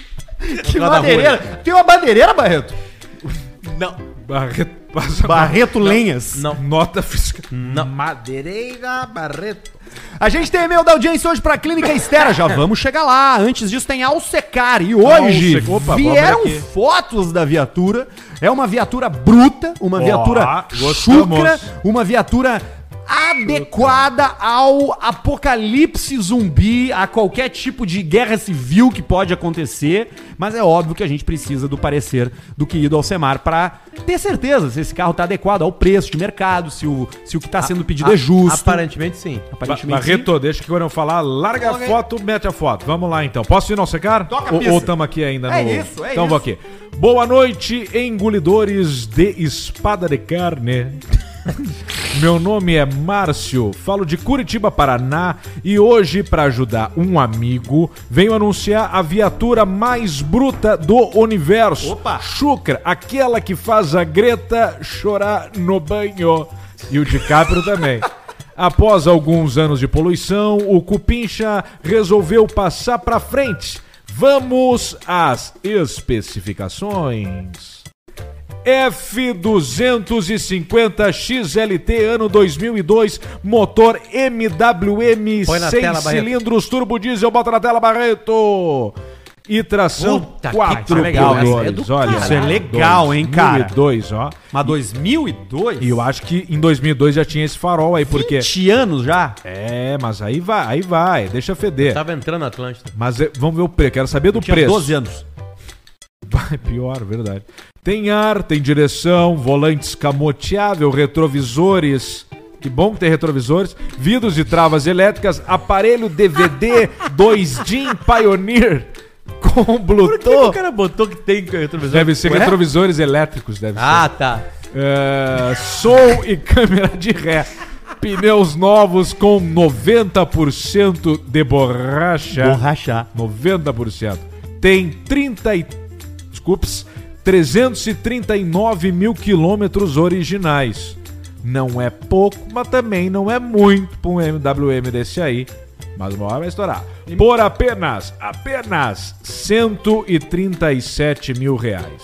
Que Lá da madeireira. rua, Tem uma madeireira, Barreto? Não. Barreto passa Barreto Lenhas. Não. nota fiscal. Não. Madeireira Barreto. A gente tem e-mail da audiência hoje pra Clínica Estera. Já vamos chegar lá. Antes disso tem Alsecar. E hoje Alce- Opa, vieram vamos aqui. fotos da viatura. É uma viatura bruta, uma Ó, viatura gostamos. chucra, uma viatura adequada ao apocalipse zumbi, a qualquer tipo de guerra civil que pode acontecer. Mas é óbvio que a gente precisa do parecer do querido Alcemar pra ter certeza se esse carro tá adequado ao preço de mercado, se o, se o que tá sendo pedido A- é justo. Aparentemente sim. Aparentemente, Barreto, deixa que quando eu falar, larga Ok. a foto, mete a foto. Vamos lá então. Posso ir no secar? Toca a ou, pista. ou tamo aqui ainda É no... isso, é então isso. vou aqui. Boa noite, engolidores de espada de carne. Meu nome é Márcio, falo de Curitiba, Paraná, e hoje, para ajudar um amigo, venho anunciar a viatura mais bruta do universo. Opa! Chucra, aquela que faz a Greta chorar no banho. E o DiCaprio também. Após alguns anos de poluição, o Cupincha resolveu passar para frente. Vamos às especificações. F duzentos e cinquenta X L T ano dois mil e dois, motor M W M Põe na seis tela, Barreto. cilindros, turbo diesel, bota na tela, Barreto. E tração Puta que quatro legal, hein? pedales, É do olha. Isso é legal, hein, cara? dois mil e dois, ó. Mas dois mil e dois? E eu acho que em dois mil e dois já tinha esse farol aí, porque... vinte anos já? É, mas aí vai, aí vai, deixa feder. Tava entrando na Atlântida. Mas é, vamos ver o preço, quero saber do Tinha preço. doze anos. Vai, pior, verdade. Tem ar, tem direção, volante escamoteável, retrovisores. Que bom que tem retrovisores. Vidros e travas elétricas, aparelho D V D dois D I M Pioneer com Por que, que o Bluetooth. cara botou que tem retrovisor? Deve ser Ué? retrovisores elétricos, deve Ah, ser. tá. É, som e câmera de ré. Pneus novos com noventa por cento de borracha. Borracha. noventa por cento. Tem trinta e... Desculpes. trezentos e trinta e nove mil quilômetros originais. Não é pouco, mas também não é muito para um M W M desse aí. Mas uma hora vai estourar. Por apenas, apenas cento e trinta e sete mil reais.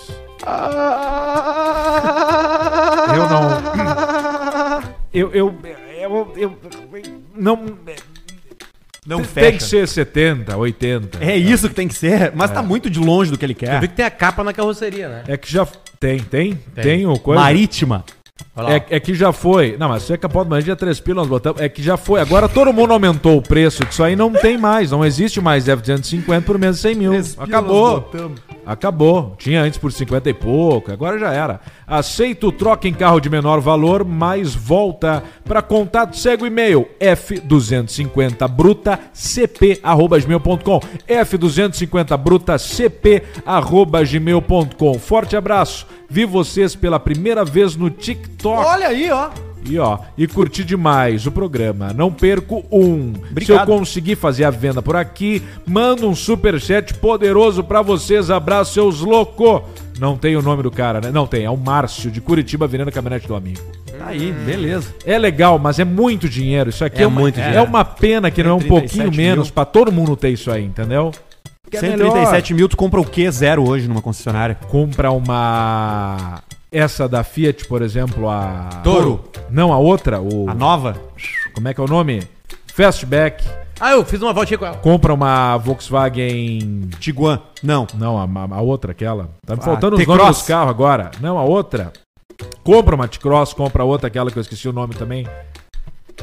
Eu não... Eu... Eu... Eu... eu, eu não... Não tem fecha. que ser setenta, oitenta. É isso que tem que ser, mas tá muito de longe do que ele Tu quer. viu que tem a capa na carroceria, né? É que já... Tem, tem? Tem. Tem o coisa? Marítima. Olha lá. É, é que já foi. Não, mas você é capaz de magia três pilas, nós botamos. É que já foi. Agora todo mundo aumentou o preço disso aí, não tem mais. Não existe mais F duzentos e cinquenta por menos de cem mil. Acabou. Acabou. Tinha antes por cinquenta e pouco. Agora já era. Aceito troca em carro de menor valor, mas volta. Para contato, segue o e-mail f duzentos e cinquenta bruta c p arroba gmail ponto com f duzentos e cinquenta bruta c p arroba gmail ponto com. Forte abraço. Vi vocês pela primeira vez no TikTok. Olha aí, ó. E ó, e curti demais o programa. Não perco um. Obrigado. Se eu conseguir fazer a venda por aqui, manda um superchat poderoso pra vocês. Abraço, seus loucos. Não tem o nome do cara, né? Não tem, é o Márcio de Curitiba vendendo a caminhonete do amigo. Tá aí, beleza. É legal, mas é muito dinheiro. Isso aqui É é, uma, muito é dinheiro. uma pena que não é um trinta e sete pouquinho menos mil. pra todo mundo ter isso aí, entendeu? Que é cento e trinta e melhor. sete mil, tu compra o quê? Zero hoje numa concessionária? Compra uma... Essa da Fiat, por exemplo, a... Toro. Não, a outra, o... A nova? Como é que é o nome? Fastback. Ah, eu fiz uma voltinha com ela. Compra uma Volkswagen... Tiguan. Não. Não, a, a outra, aquela. Tá me Ah, faltando os T-Cross. nomes dos carros agora. Não, a outra. Compra uma T-Cross, compra outra, aquela que eu esqueci o nome também.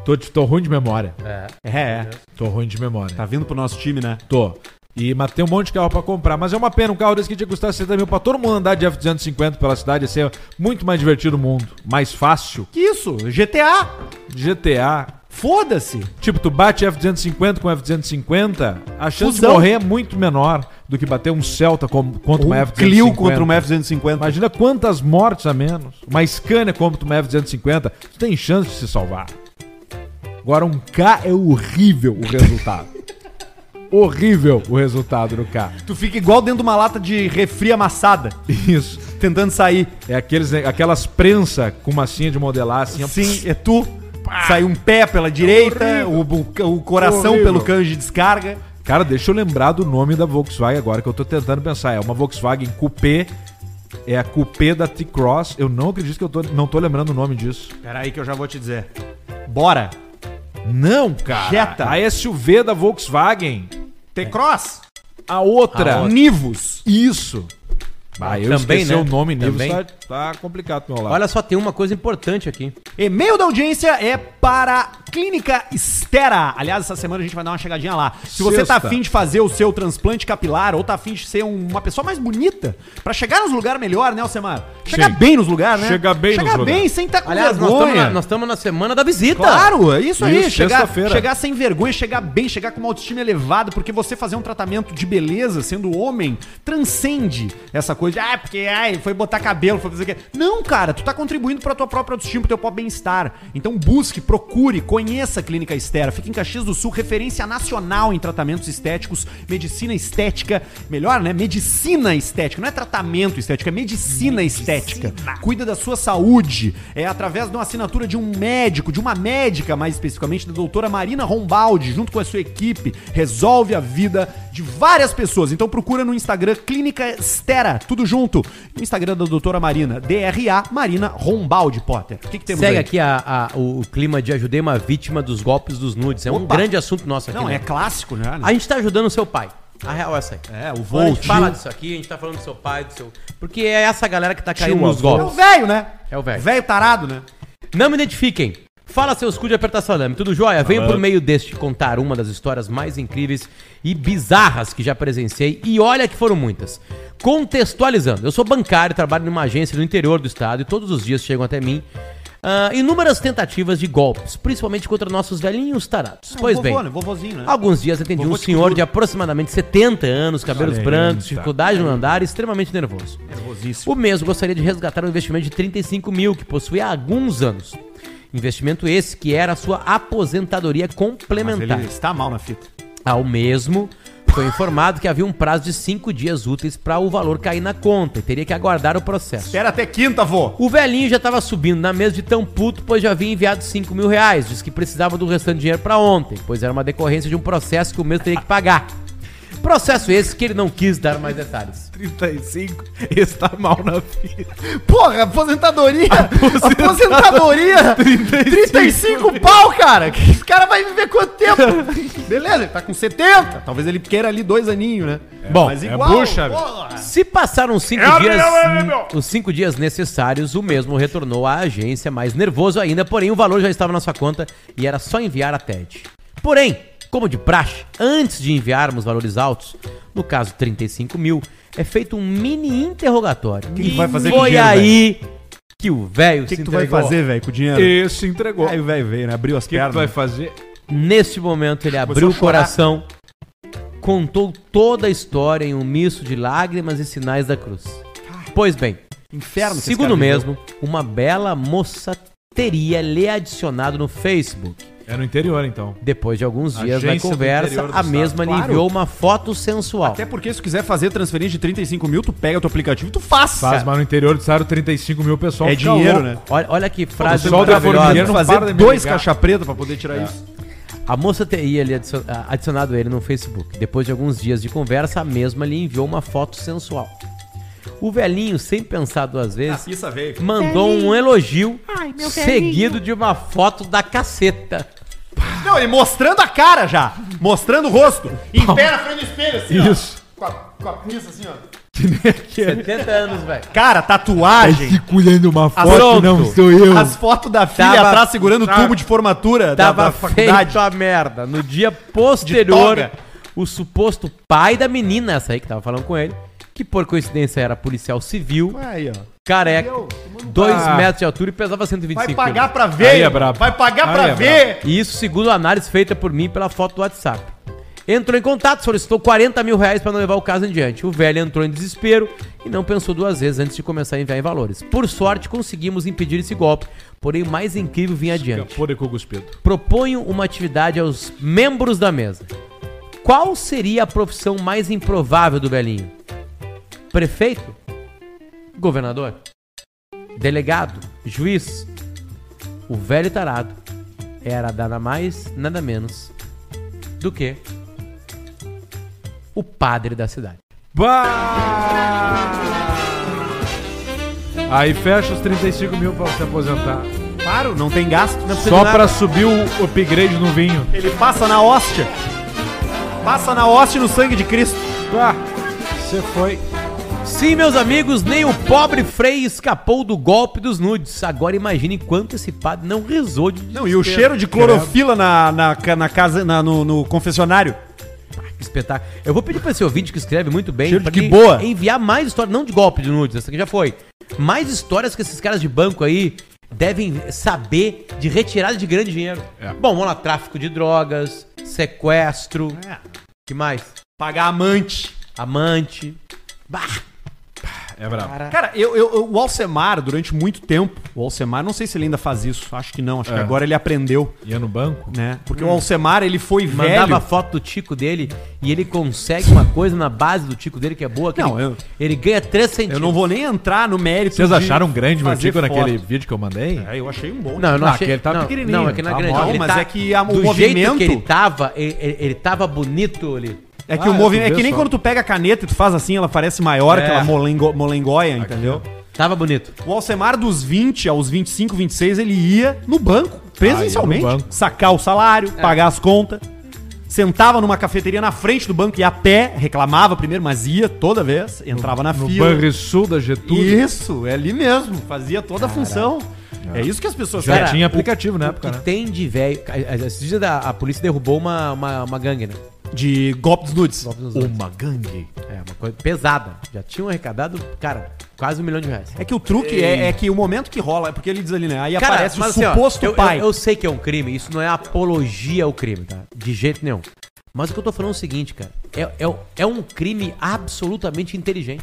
Tô, tô ruim de memória. É. É, é. Tô ruim de memória. Tá vindo pro nosso time, né? Tô. E mas tem um monte de carro pra comprar. Mas é uma pena, um carro desse que tinha que custar sessenta mil pra todo mundo andar de F duzentos e cinquenta pela cidade. Ia ser muito mais divertido o mundo. Mais fácil. Que isso? G T A. G T A. Foda-se. Tipo, tu bate F duzentos e cinquenta com F duzentos e cinquenta, a chance Fusão. de morrer é muito menor do que bater um Celta com, contra Um uma F duzentos e Clio cinquenta. contra uma F duzentos e cinquenta. Imagina quantas mortes a menos. Uma Scania contra uma F duzentos e cinquenta. Tu tem chance de se salvar. Agora um K é horrível o resultado. Horrível o resultado do K. Tu fica igual dentro de uma lata de refri amassada, Isso. tentando sair. É aqueles, aquelas prensa com massinha de modelar assim. ó. Sim, é tu. Sai um pé pela direita, o, o, o coração Horrível. pelo cano de descarga. Cara, deixa eu lembrar do nome da Volkswagen agora, que eu tô tentando pensar. É uma Volkswagen Coupé. É a Coupé da T-Cross. Eu não acredito que eu tô, não tô lembrando o nome disso. Pera aí que eu já vou te dizer. Bora. Não, cara. Jetta. A S U V da Volkswagen. T-Cross. A outra. A outra. Nivus. Isso. Ah, eu Também, esqueci né? o nome Nivus. Também. Tá, tá complicado pro meu lado. Olha só, tem uma coisa importante aqui. E-mail da audiência é para Clínica Estera. Aliás, essa semana a gente vai dar uma chegadinha lá. Se você tá Sexta. afim de fazer o seu transplante capilar ou tá afim de ser um- uma pessoa mais bonita, pra chegar nos lugares melhor, né, Alcemar? Chegar Sim. bem nos lugares, né? Chegar bem nos Chegar lugares. bem, sem estar com Aliás, nós vergonha. estamos na, nós estamos na semana da visita. Claro, é isso aí. Isso, Chegar, sexta-feira. chegar sem vergonha, chegar bem, chegar com uma autoestima elevada, porque você fazer um tratamento de beleza, sendo homem, transcende essa coisa de, ah, porque ai, foi botar cabelo, foi fazer o quê. Não, cara, tu tá contribuindo pra tua própria autoestima, pro teu próprio bem-estar. Então busque, procure, conheça a Clínica Estera. Fica em Caxias do Sul, referência nacional em tratamentos estéticos, medicina estética, melhor, né? Medicina estética, não é tratamento estético, é medicina, estética. Cuida da sua saúde, é através de uma assinatura de um médico, de uma médica, mais especificamente, da doutora Marina Rombaldi, junto com a sua equipe, resolve a vida de várias pessoas. Então procura no Instagram Clínica Estera, tudo junto. No Instagram da doutora Marina, D R A Marina Rombaldi, Potter. O que, que temos Segue aí? aqui a, a- o, o clima de ajudei uma vítima dos golpes dos nudes. É um Opa. grande assunto nosso aqui. Não, né? é clássico, né? A gente tá ajudando o seu pai. A real é essa aí. É, o Quando a gente Volt. fala disso aqui, a gente tá falando do seu pai, do seu... Porque é essa galera que tá caindo Tio nos avô. É o golpes. velho, né? É o velho. Velho tarado, né? Não me identifiquem. Fala seus cu de apertar salame. Tudo jóia? Venho por meio deste contar uma das histórias mais incríveis e bizarras que já presenciei. E olha que foram muitas. Contextualizando. Eu sou bancário, trabalho numa agência no interior do estado e todos os dias chegam até mim ah, inúmeras tentativas de golpes, principalmente contra nossos velhinhos tarados. Pois vovô, bem, né? Vovozinho, né? alguns dias atendi Vovô um de senhor futuro. de aproximadamente setenta anos, cabelos quarenta. brancos, dificuldade no andar e extremamente nervoso. Nervosíssimo. O mesmo gostaria de resgatar um investimento de trinta e cinco mil que possuía há alguns anos. Investimento esse que era a sua aposentadoria Mas complementar. ele está mal na fita. Ao mesmo, foi informado que havia um prazo de cinco dias úteis para o valor cair na conta e teria que aguardar o processo. Espera até quinta, vô. O velhinho já estava subindo na mesa de tão puto, pois já havia enviado cinco mil reais. Diz que precisava do restante de dinheiro para ontem, pois era uma decorrência de um processo que o mesmo teria que pagar. Processo esse que ele não quis dar mais detalhes. trinta e cinco está mal na fita. Porra, aposentadoria! Aposentadoria! trinta e cinco pau, cara! Esse cara vai viver quanto tempo? Beleza, ele tá com setenta. Talvez ele queira ali dois aninhos, né? Bom, mas é igual. bucha, porra. Se passaram os cinco É, dias, meu, meu. os cinco dias necessários, o mesmo retornou à agência, mais nervoso ainda, porém o valor já estava na sua conta e era só enviar a T E D. Porém, como de praxe, antes de enviarmos valores altos, no caso trinta e cinco mil, é feito um mini interrogatório. O que que vai fazer com o Foi dinheiro, aí que o velho O que, se que tu vai entregou. fazer, velho, com o dinheiro? Esse entregou. Aí o velho veio, né? Abriu as O que, que tu pernas. vai fazer? Neste momento ele abriu Começou o a chorar. coração, contou toda a história em um misto de lágrimas e sinais da cruz. Pois bem, Inferno que esse segundo cara viveu. mesmo, uma bela moça teria lhe adicionado no Facebook. É no interior, então. Depois de alguns dias na Agência do conversa, interior do a estado. mesma lhe Claro. enviou uma foto sensual. Até porque se tu quiser fazer transferência de trinta e cinco mil, tu pega o teu aplicativo e tu faz. Faz, cara. mas no interior do estado, trinta e cinco mil, o pessoal É fica dinheiro, louco. né? Olha, olha que frase pessoal da maravilhosa. formigueira não fazer para de me dois ligar. caixa preta pra poder tirar isso. A moça teria lhe adicio- ah, adicionado ele no Facebook. Depois de alguns dias de conversa, a mesma lhe enviou uma foto sensual. O velhinho, sem pensar duas vezes, Pissa veio. mandou um elogio seguido de uma foto da caceta. Não, ele mostrando a cara já. Mostrando o rosto. Em pé na frente do espelho, assim, Isso. ó. Com a, com a pizza assim, ó. setenta anos, velho. Cara, tatuagem. Segurando uma foto, pronto. não sou eu. As fotos da filha Tava- atrás segurando o tubo de formatura da, Tava da faculdade. feito a merda. No dia posterior, De toga. o suposto pai da menina, essa aí que tava falando com ele, que por coincidência era policial civil, Aí, ó. careca, Meu, dois Ah. metros de altura e pesava cento e vinte e Vai cinco pagar quilos. pra ver. Aí é brabo. Vai pagar Aí pra é ver. E isso segundo a análise feita por mim pela foto do WhatsApp. Entrou em contato, solicitou quarenta mil reais para não levar o caso em diante. O velho entrou em desespero e não pensou duas vezes antes de começar a enviar em valores. Por sorte, conseguimos impedir esse golpe, porém o mais incrível vinha adiante. Capô de cu cuspido. Proponho uma atividade aos membros da mesa. Qual seria a profissão mais improvável do velhinho? Prefeito? Governador? Delegado? Juiz? O velho tarado era nada mais, nada menos do que o padre da cidade. Bah! Aí fecha os trinta e cinco mil pra se aposentar. Claro, não tem gasto. Não precisa Só de nada. pra subir o upgrade no vinho. Ele passa na hóstia. Passa na hóstia e no sangue de Cristo. Ah, você foi. Sim, meus amigos, nem o pobre Frei escapou do golpe dos nudes. Agora imagine quanto esse padre não rezou de Não, e o cheiro de clorofila na, na, ca- na casa, na- no, no confessionário. Que espetáculo. Eu vou pedir pra esse ouvinte que escreve muito bem Cheiro pra de ele boa. enviar mais histórias, não de golpe de nudes, essa aqui já foi. Mais histórias que esses caras de banco aí devem saber de retirada de grande dinheiro. É. Bom, vamos lá, tráfico de drogas, sequestro, É. que mais? Pagar amante. Amante. Bah, É brabo. Cara, eu, eu- eu- o Alcemar, durante muito tempo, o Alcemar, não sei se ele ainda faz isso, acho que não, acho que É. agora ele aprendeu, Ia no banco? né? Porque o Alcemar, ele foi mandava velho. foto do tico dele e ele consegue uma coisa na base do tico dele que é boa, que Não, ele, eu- ele ganha três Eu centímetros. não vou nem entrar no mérito. Vocês de acharam grande meu fazer tico naquele foto. vídeo que eu mandei? É, eu achei um bom. Não, eu não Ah, achei. aquele tá não, pequenininho, Não, é que não é tá grande. mole, Ele mas tá- é que a- o do movimento- jeito que ele tava, ele, ele- ele tava bonito ali. É que Ah, o movimento. tu É que vê nem só. quando tu pega a caneta e tu faz assim, ela parece maior, É. aquela molengo, molengoia, entendeu? Tava bonito. O Alcemar dos vinte aos vinte e cinco, vinte e seis, ele ia no banco, presencialmente, Ah, ia no banco. sacar o salário, pagar as contas. Sentava numa cafeteria na frente do banco, ia a pé, reclamava primeiro, mas ia toda vez, entrava na No fila. Banrisul da Getúlio. Isso, é ali mesmo, fazia toda a função. É isso que as pessoas Já querem. tinha aplicativo na O época, que né? tem de velho. Esses dias a, a polícia derrubou uma, uma, uma gangue, né? De golpe dos nudes. Golpe nos outros. Uma gangue. É, uma coisa pesada. Já tinham arrecadado, cara, quase um milhão de reais. É que o truque é, é que o momento que rola, é porque ele diz ali, né? Aí Cara, aparece o mas assim, ó, suposto eu, pai. Eu, eu sei que é um crime, isso não é apologia ao crime, tá? De jeito nenhum. Mas o que eu tô falando é o seguinte, cara. É, é, é um crime absolutamente inteligente.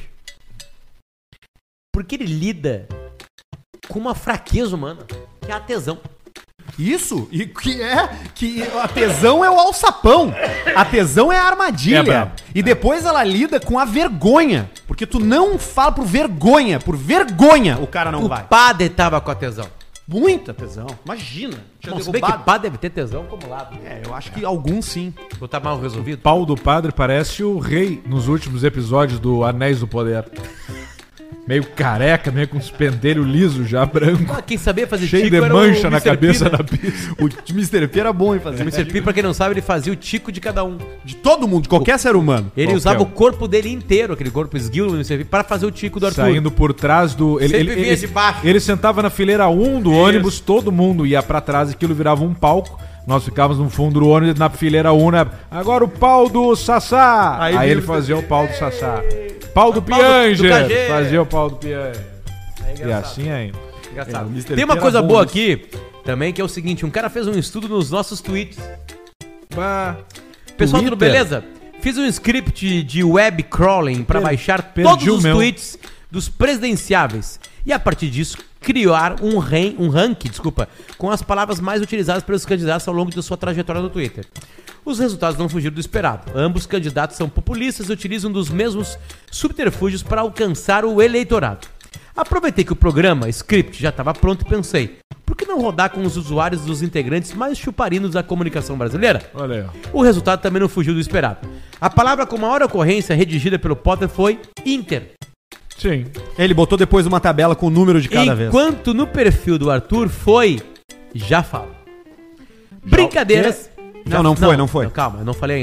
Porque ele lida com uma fraqueza humana, que é a tesão. Isso, e que é que a tesão é o alçapão. A tesão é a É armadilha. brabo. E depois ela lida com a vergonha. Porque tu não fala por vergonha. Por vergonha o cara não o vai. padre tava com a tesão. Muita tesão. Imagina. Tinha Bom, se bem que derrubado. padre deve ter tesão como lado. É, eu acho que alguns sim. Ou tá mal resolvido? Pau do padre parece o rei nos últimos episódios do Anéis do Poder. Meio careca, meio com os pentelhos lisos já, branco. Ah, quem sabia fazer Cheio tico de era o mancha na mister cabeça P, né? da pista. O mister P era bom em fazer. O mister P, pra quem não sabe, ele fazia o tico de cada um. De todo mundo, de qualquer ser humano. Ele Qualquer usava um. o corpo dele inteiro, aquele corpo esguio do mister P, pra fazer o tico do Arthur. Saindo por trás do. Ele, Sempre ele, vinha ele, de baixo. ele sentava na fileira um do ônibus, todo mundo ia pra trás, aquilo virava um palco. Nós ficávamos no fundo do ônibus, na fileira um, né? Agora o pau do Sassá. Aí Aí, vinha ele o- fazia o pau do Sassá. Pau do O pau do- do Pianger. Cagê. Fazia o pau do Pianger. É E assim ainda. engraçado. É, o mister Tem P uma era coisa bom boa nisso. aqui, também, que é o seguinte, um cara fez um estudo nos nossos tweets. Bah. Pessoal, tudo Twitter. beleza? Fiz um script de web crawling pra Per- baixar perdi todos o os meu. tweets dos presidenciáveis. E a partir disso, criar um, ran- um ranking, desculpa, com as palavras mais utilizadas pelos candidatos ao longo de sua trajetória no Twitter. Os resultados não fugiram do esperado. Ambos candidatos são populistas e utilizam dos mesmos subterfúgios para alcançar o eleitorado. Aproveitei que o programa, script, já estava pronto e pensei, por que não rodar com os usuários dos integrantes mais chuparinos da comunicação brasileira? Olha aí, ó. O resultado também não fugiu do esperado. A palavra com maior ocorrência redigida pelo Potter foi Inter. Sim. Ele botou depois uma tabela com o número de cada vez. Enquanto no perfil do Arthur foi Já Falo. Brincadeiras. Não, não foi, não foi. Calma, eu não falei ainda.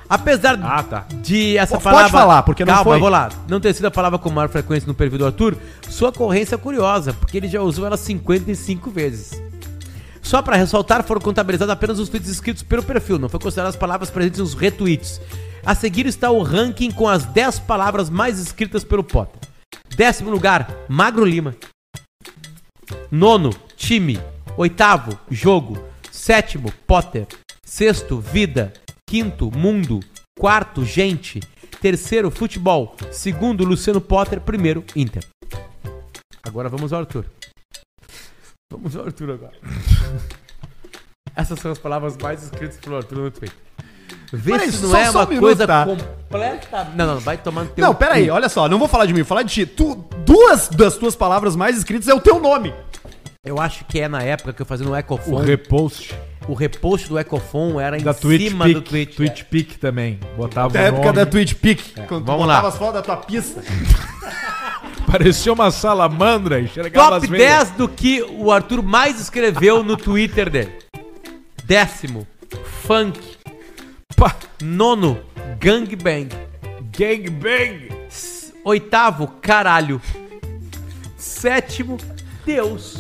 Apesar Ah, tá. de essa Pode palavra... falar, porque não Calma, foi. eu vou lá. Não ter sido a palavra com maior frequência no perfil do Arthur, sua ocorrência é curiosa, porque ele já usou ela cinquenta e cinco vezes. Só pra ressaltar, foram contabilizados apenas os tweets escritos pelo perfil, não foi consideradas as palavras presentes nos retweets. A seguir está o ranking com as dez palavras mais escritas pelo Potter. Décimo lugar, Magro Lima. Nono, time. Oitavo, jogo. Sétimo, Potter. Sexto, vida. Quinto, mundo. Quarto, gente. Terceiro, futebol. Segundo, Luciano Potter. Primeiro, Inter. Agora vamos ao Arthur. Vamos ao Arthur agora. Essas são as palavras mais escritas pelo Arthur no Twitter. Vê Mas se não só- é só uma um minuto, coisa tá? completa... Não, não, vai tomar no teu... Não, pera aí, olha só, não vou falar de mim, vou falar de ti. Tu, duas das tuas palavras mais escritas é o teu nome. Eu acho que é na época que eu fazia no O Ecofon. repost O repost do Ecofon era em da cima TwitchPic. do Twitch. TwitchPic também. Botava Da o época nome. da Twitch Peak, quando tu vamos botava lá. as fotos da tua pista. Parecia uma salamandra. Enxergava Top as veias. dez do que o Arthur mais escreveu no Twitter dele. Décimo, funk. Pá, Nono, gangbang. gangbang. S- Oitavo, caralho. Sétimo, Deus.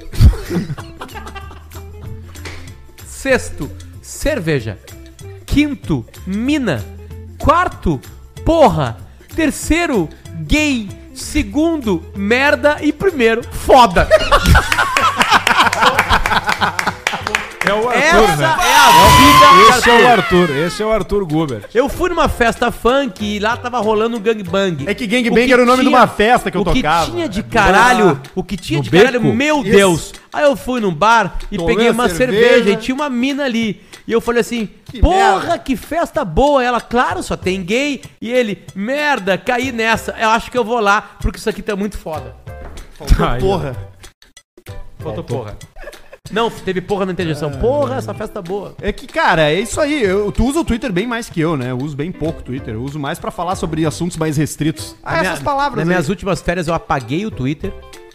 Sexto, cerveja. Quinto, mina. Quarto, porra. Terceiro, gay. Segundo, merda. E primeiro, foda. É o Arthur, Essa né? é a vida. Esse é o Arthur. Esse é o Arthur Guber. Eu fui numa festa funk e lá tava rolando um gangbang. É que gangbang era o nome de uma festa que eu o tocava. O que tinha de caralho, Ah, o que tinha no de caralho, beco? meu Isso. Deus. Aí eu fui num bar e Tomei peguei a uma cerveja. cerveja e tinha uma mina ali. E eu falei assim, Que porra, merda. que festa boa. Ela, claro, só tem gay. E ele, merda, caí nessa. Eu acho que eu vou lá, porque isso aqui tá muito foda. faltou Aí, ó. porra. Faltou porra. Não, teve porra na interjeição. Porra, essa festa boa. É que, cara, é isso aí. Eu, tu usa o Twitter bem mais que eu, né? Eu uso bem pouco o Twitter. Eu uso mais pra falar sobre assuntos mais restritos. Ah, Na essas minha- palavras Nas aí. minhas últimas férias eu apaguei o Twitter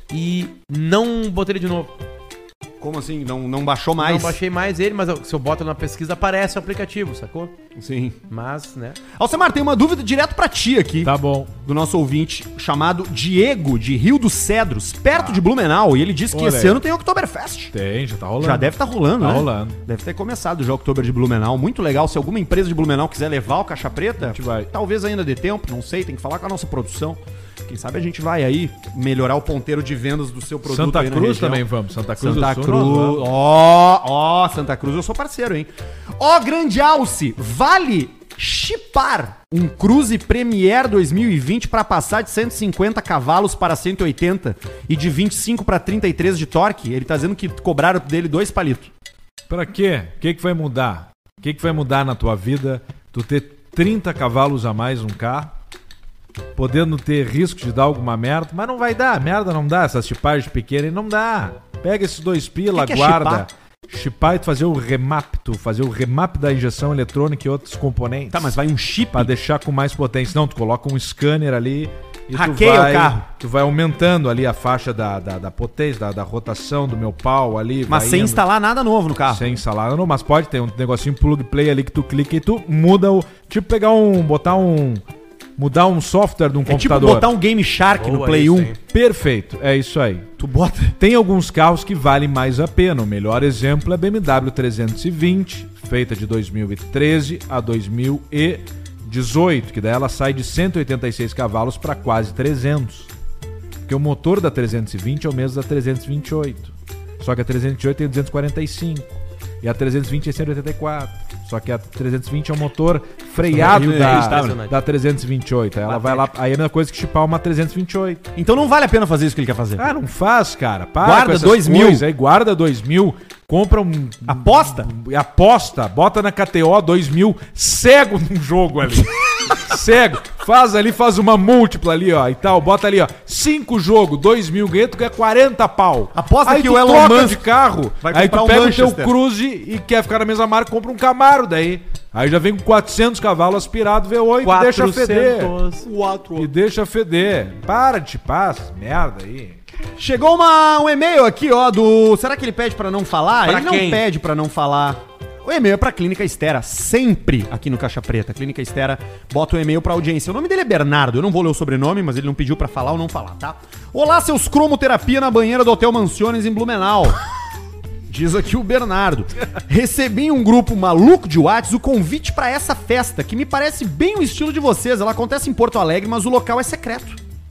e não botei ele de novo. Como assim? Não, não baixou mais? Não baixei mais ele, mas eu- se eu boto na pesquisa aparece o aplicativo, sacou? Sim. Mas, né? Alcemar, tem uma dúvida direto pra ti aqui. Tá bom. Do nosso ouvinte, chamado Diego, de Rio dos Cedros, perto de Blumenau. E ele disse que Olha esse aí. ano tem Oktoberfest. Tem, já tá rolando. Já deve estar rolando, Tá né? rolando. Deve ter começado já o Oktober de Blumenau. Muito legal. Se alguma empresa de Blumenau quiser levar o Caixa Preta, gente vai. talvez ainda dê tempo, não sei. Tem que falar com a nossa produção. Quem sabe a gente vai aí melhorar o ponteiro de vendas do seu produto Santa aí na Cruz região. também vamos. Santa Cruz Santa do Sul, nós Cruz. vamos. Ó, ó, Santa Cruz, eu sou parceiro, hein? Ó, Grande Alce, vale chipar um Cruze Premier dois mil e vinte para passar de cento e cinquenta cavalos para cento e oitenta e de vinte e cinco para trinta e três de torque? Ele tá dizendo que cobraram dele dois palitos. Pra quê? O que, que vai mudar? O que, que vai mudar na tua vida? Tu ter trinta cavalos a mais um carro, podendo ter risco de dar alguma merda, mas não vai dar, merda não dá, essas chipagens pequenas não dá. Pega esses dois pila, Que que é guarda. Chipar e tu fazer o remap, tu fazer o remap da injeção eletrônica e outros componentes. Tá, mas vai um chip? Pra deixar com mais potência. Não, tu coloca um scanner ali e Hackeia tu vai, o carro. tu vai aumentando ali a faixa da, da, da potência, da, da rotação do meu pau ali. Mas vai sem indo. instalar nada novo no carro. Sem instalar, não, mas pode ter um negocinho plug play ali que tu clica e tu muda o. Tipo pegar um. Botar um. Mudar um software de um É tipo computador. botar um Game Shark no Boa Play isso, um. hein? Perfeito, é isso aí. Tu bota. Tem alguns carros que valem mais a pena. O melhor exemplo é a B M W trezentos e vinte, feita de dois mil e treze a dois mil e dezoito, que daí ela sai de cento e oitenta e seis cavalos para quase trezentos. Porque o motor da trezentos e vinte é o mesmo da trezentos e vinte e oito. Só que a trezentos e vinte e oito tem duzentos e quarenta e cinco. E a trezentos e vinte é cento e oitenta e quatro. Só que a trezentos e vinte é o motor freado É da, impressionante. da trezentos e vinte e oito. Aí ela vai lá. Aí é a mesma coisa que chipar uma trezentos e vinte e oito. Então não vale a pena fazer isso que ele quer fazer. Ah, não faz, cara. Para Guarda com essas dois mil. coisas Aí guarda dois mil, compra um... Aposta? um- aposta, bota na K T O dois mil, cego num jogo ali. Cego. Faz ali, faz uma múltipla ali, ó, e tal. Bota ali, ó, cinco jogos, dois mil, ganha, tu ganha quarenta pau. Aposta aí que tu o Elon troca Musk de carro, vai aí comprar tu um pega o Manchester. teu Cruze e quer ficar na mesma marca, compra um Camaro daí. Aí já vem com quatrocentos cavalos aspirado V oito e deixa feder. quatrocentos. E deixa feder. Para de paz, merda aí. Chegou uma, um e-mail aqui, ó, do... Será que ele pede pra não falar? Pra ele não quem? pede pra não falar. O e-mail é pra Clínica Estera, sempre aqui no Caixa Preta. A Clínica Estera bota o e-mail pra audiência. O nome dele é Bernardo, eu não vou ler o sobrenome, mas ele não pediu pra falar ou não falar, tá? Olá, seus cromoterapia na banheira do Hotel Mansiones em Blumenau. Diz aqui o Bernardo. Recebi em um grupo maluco de WhatsApp o convite pra essa festa, que me parece bem o estilo de vocês. Ela acontece em Porto Alegre, mas o local é secreto.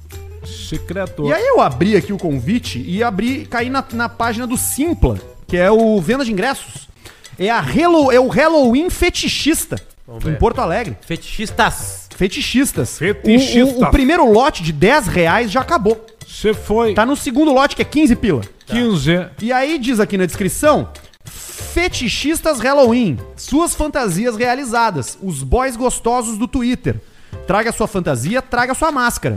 Secreto. E aí eu abri aqui o convite e abri, caí na, na página do Simpla, que é o Venda de Ingressos. É, a Hello, é o Halloween fetichista, Vamos em ver. Porto Alegre. Fetichistas. Fetichistas. Fetichistas. O, o, o primeiro lote de dez reais já acabou. Você foi Tá no segundo lote, que é quinze pila. quinze. E aí diz aqui na descrição: fetichistas Halloween, suas fantasias realizadas, os boys gostosos do Twitter. Traga sua fantasia, traga sua máscara.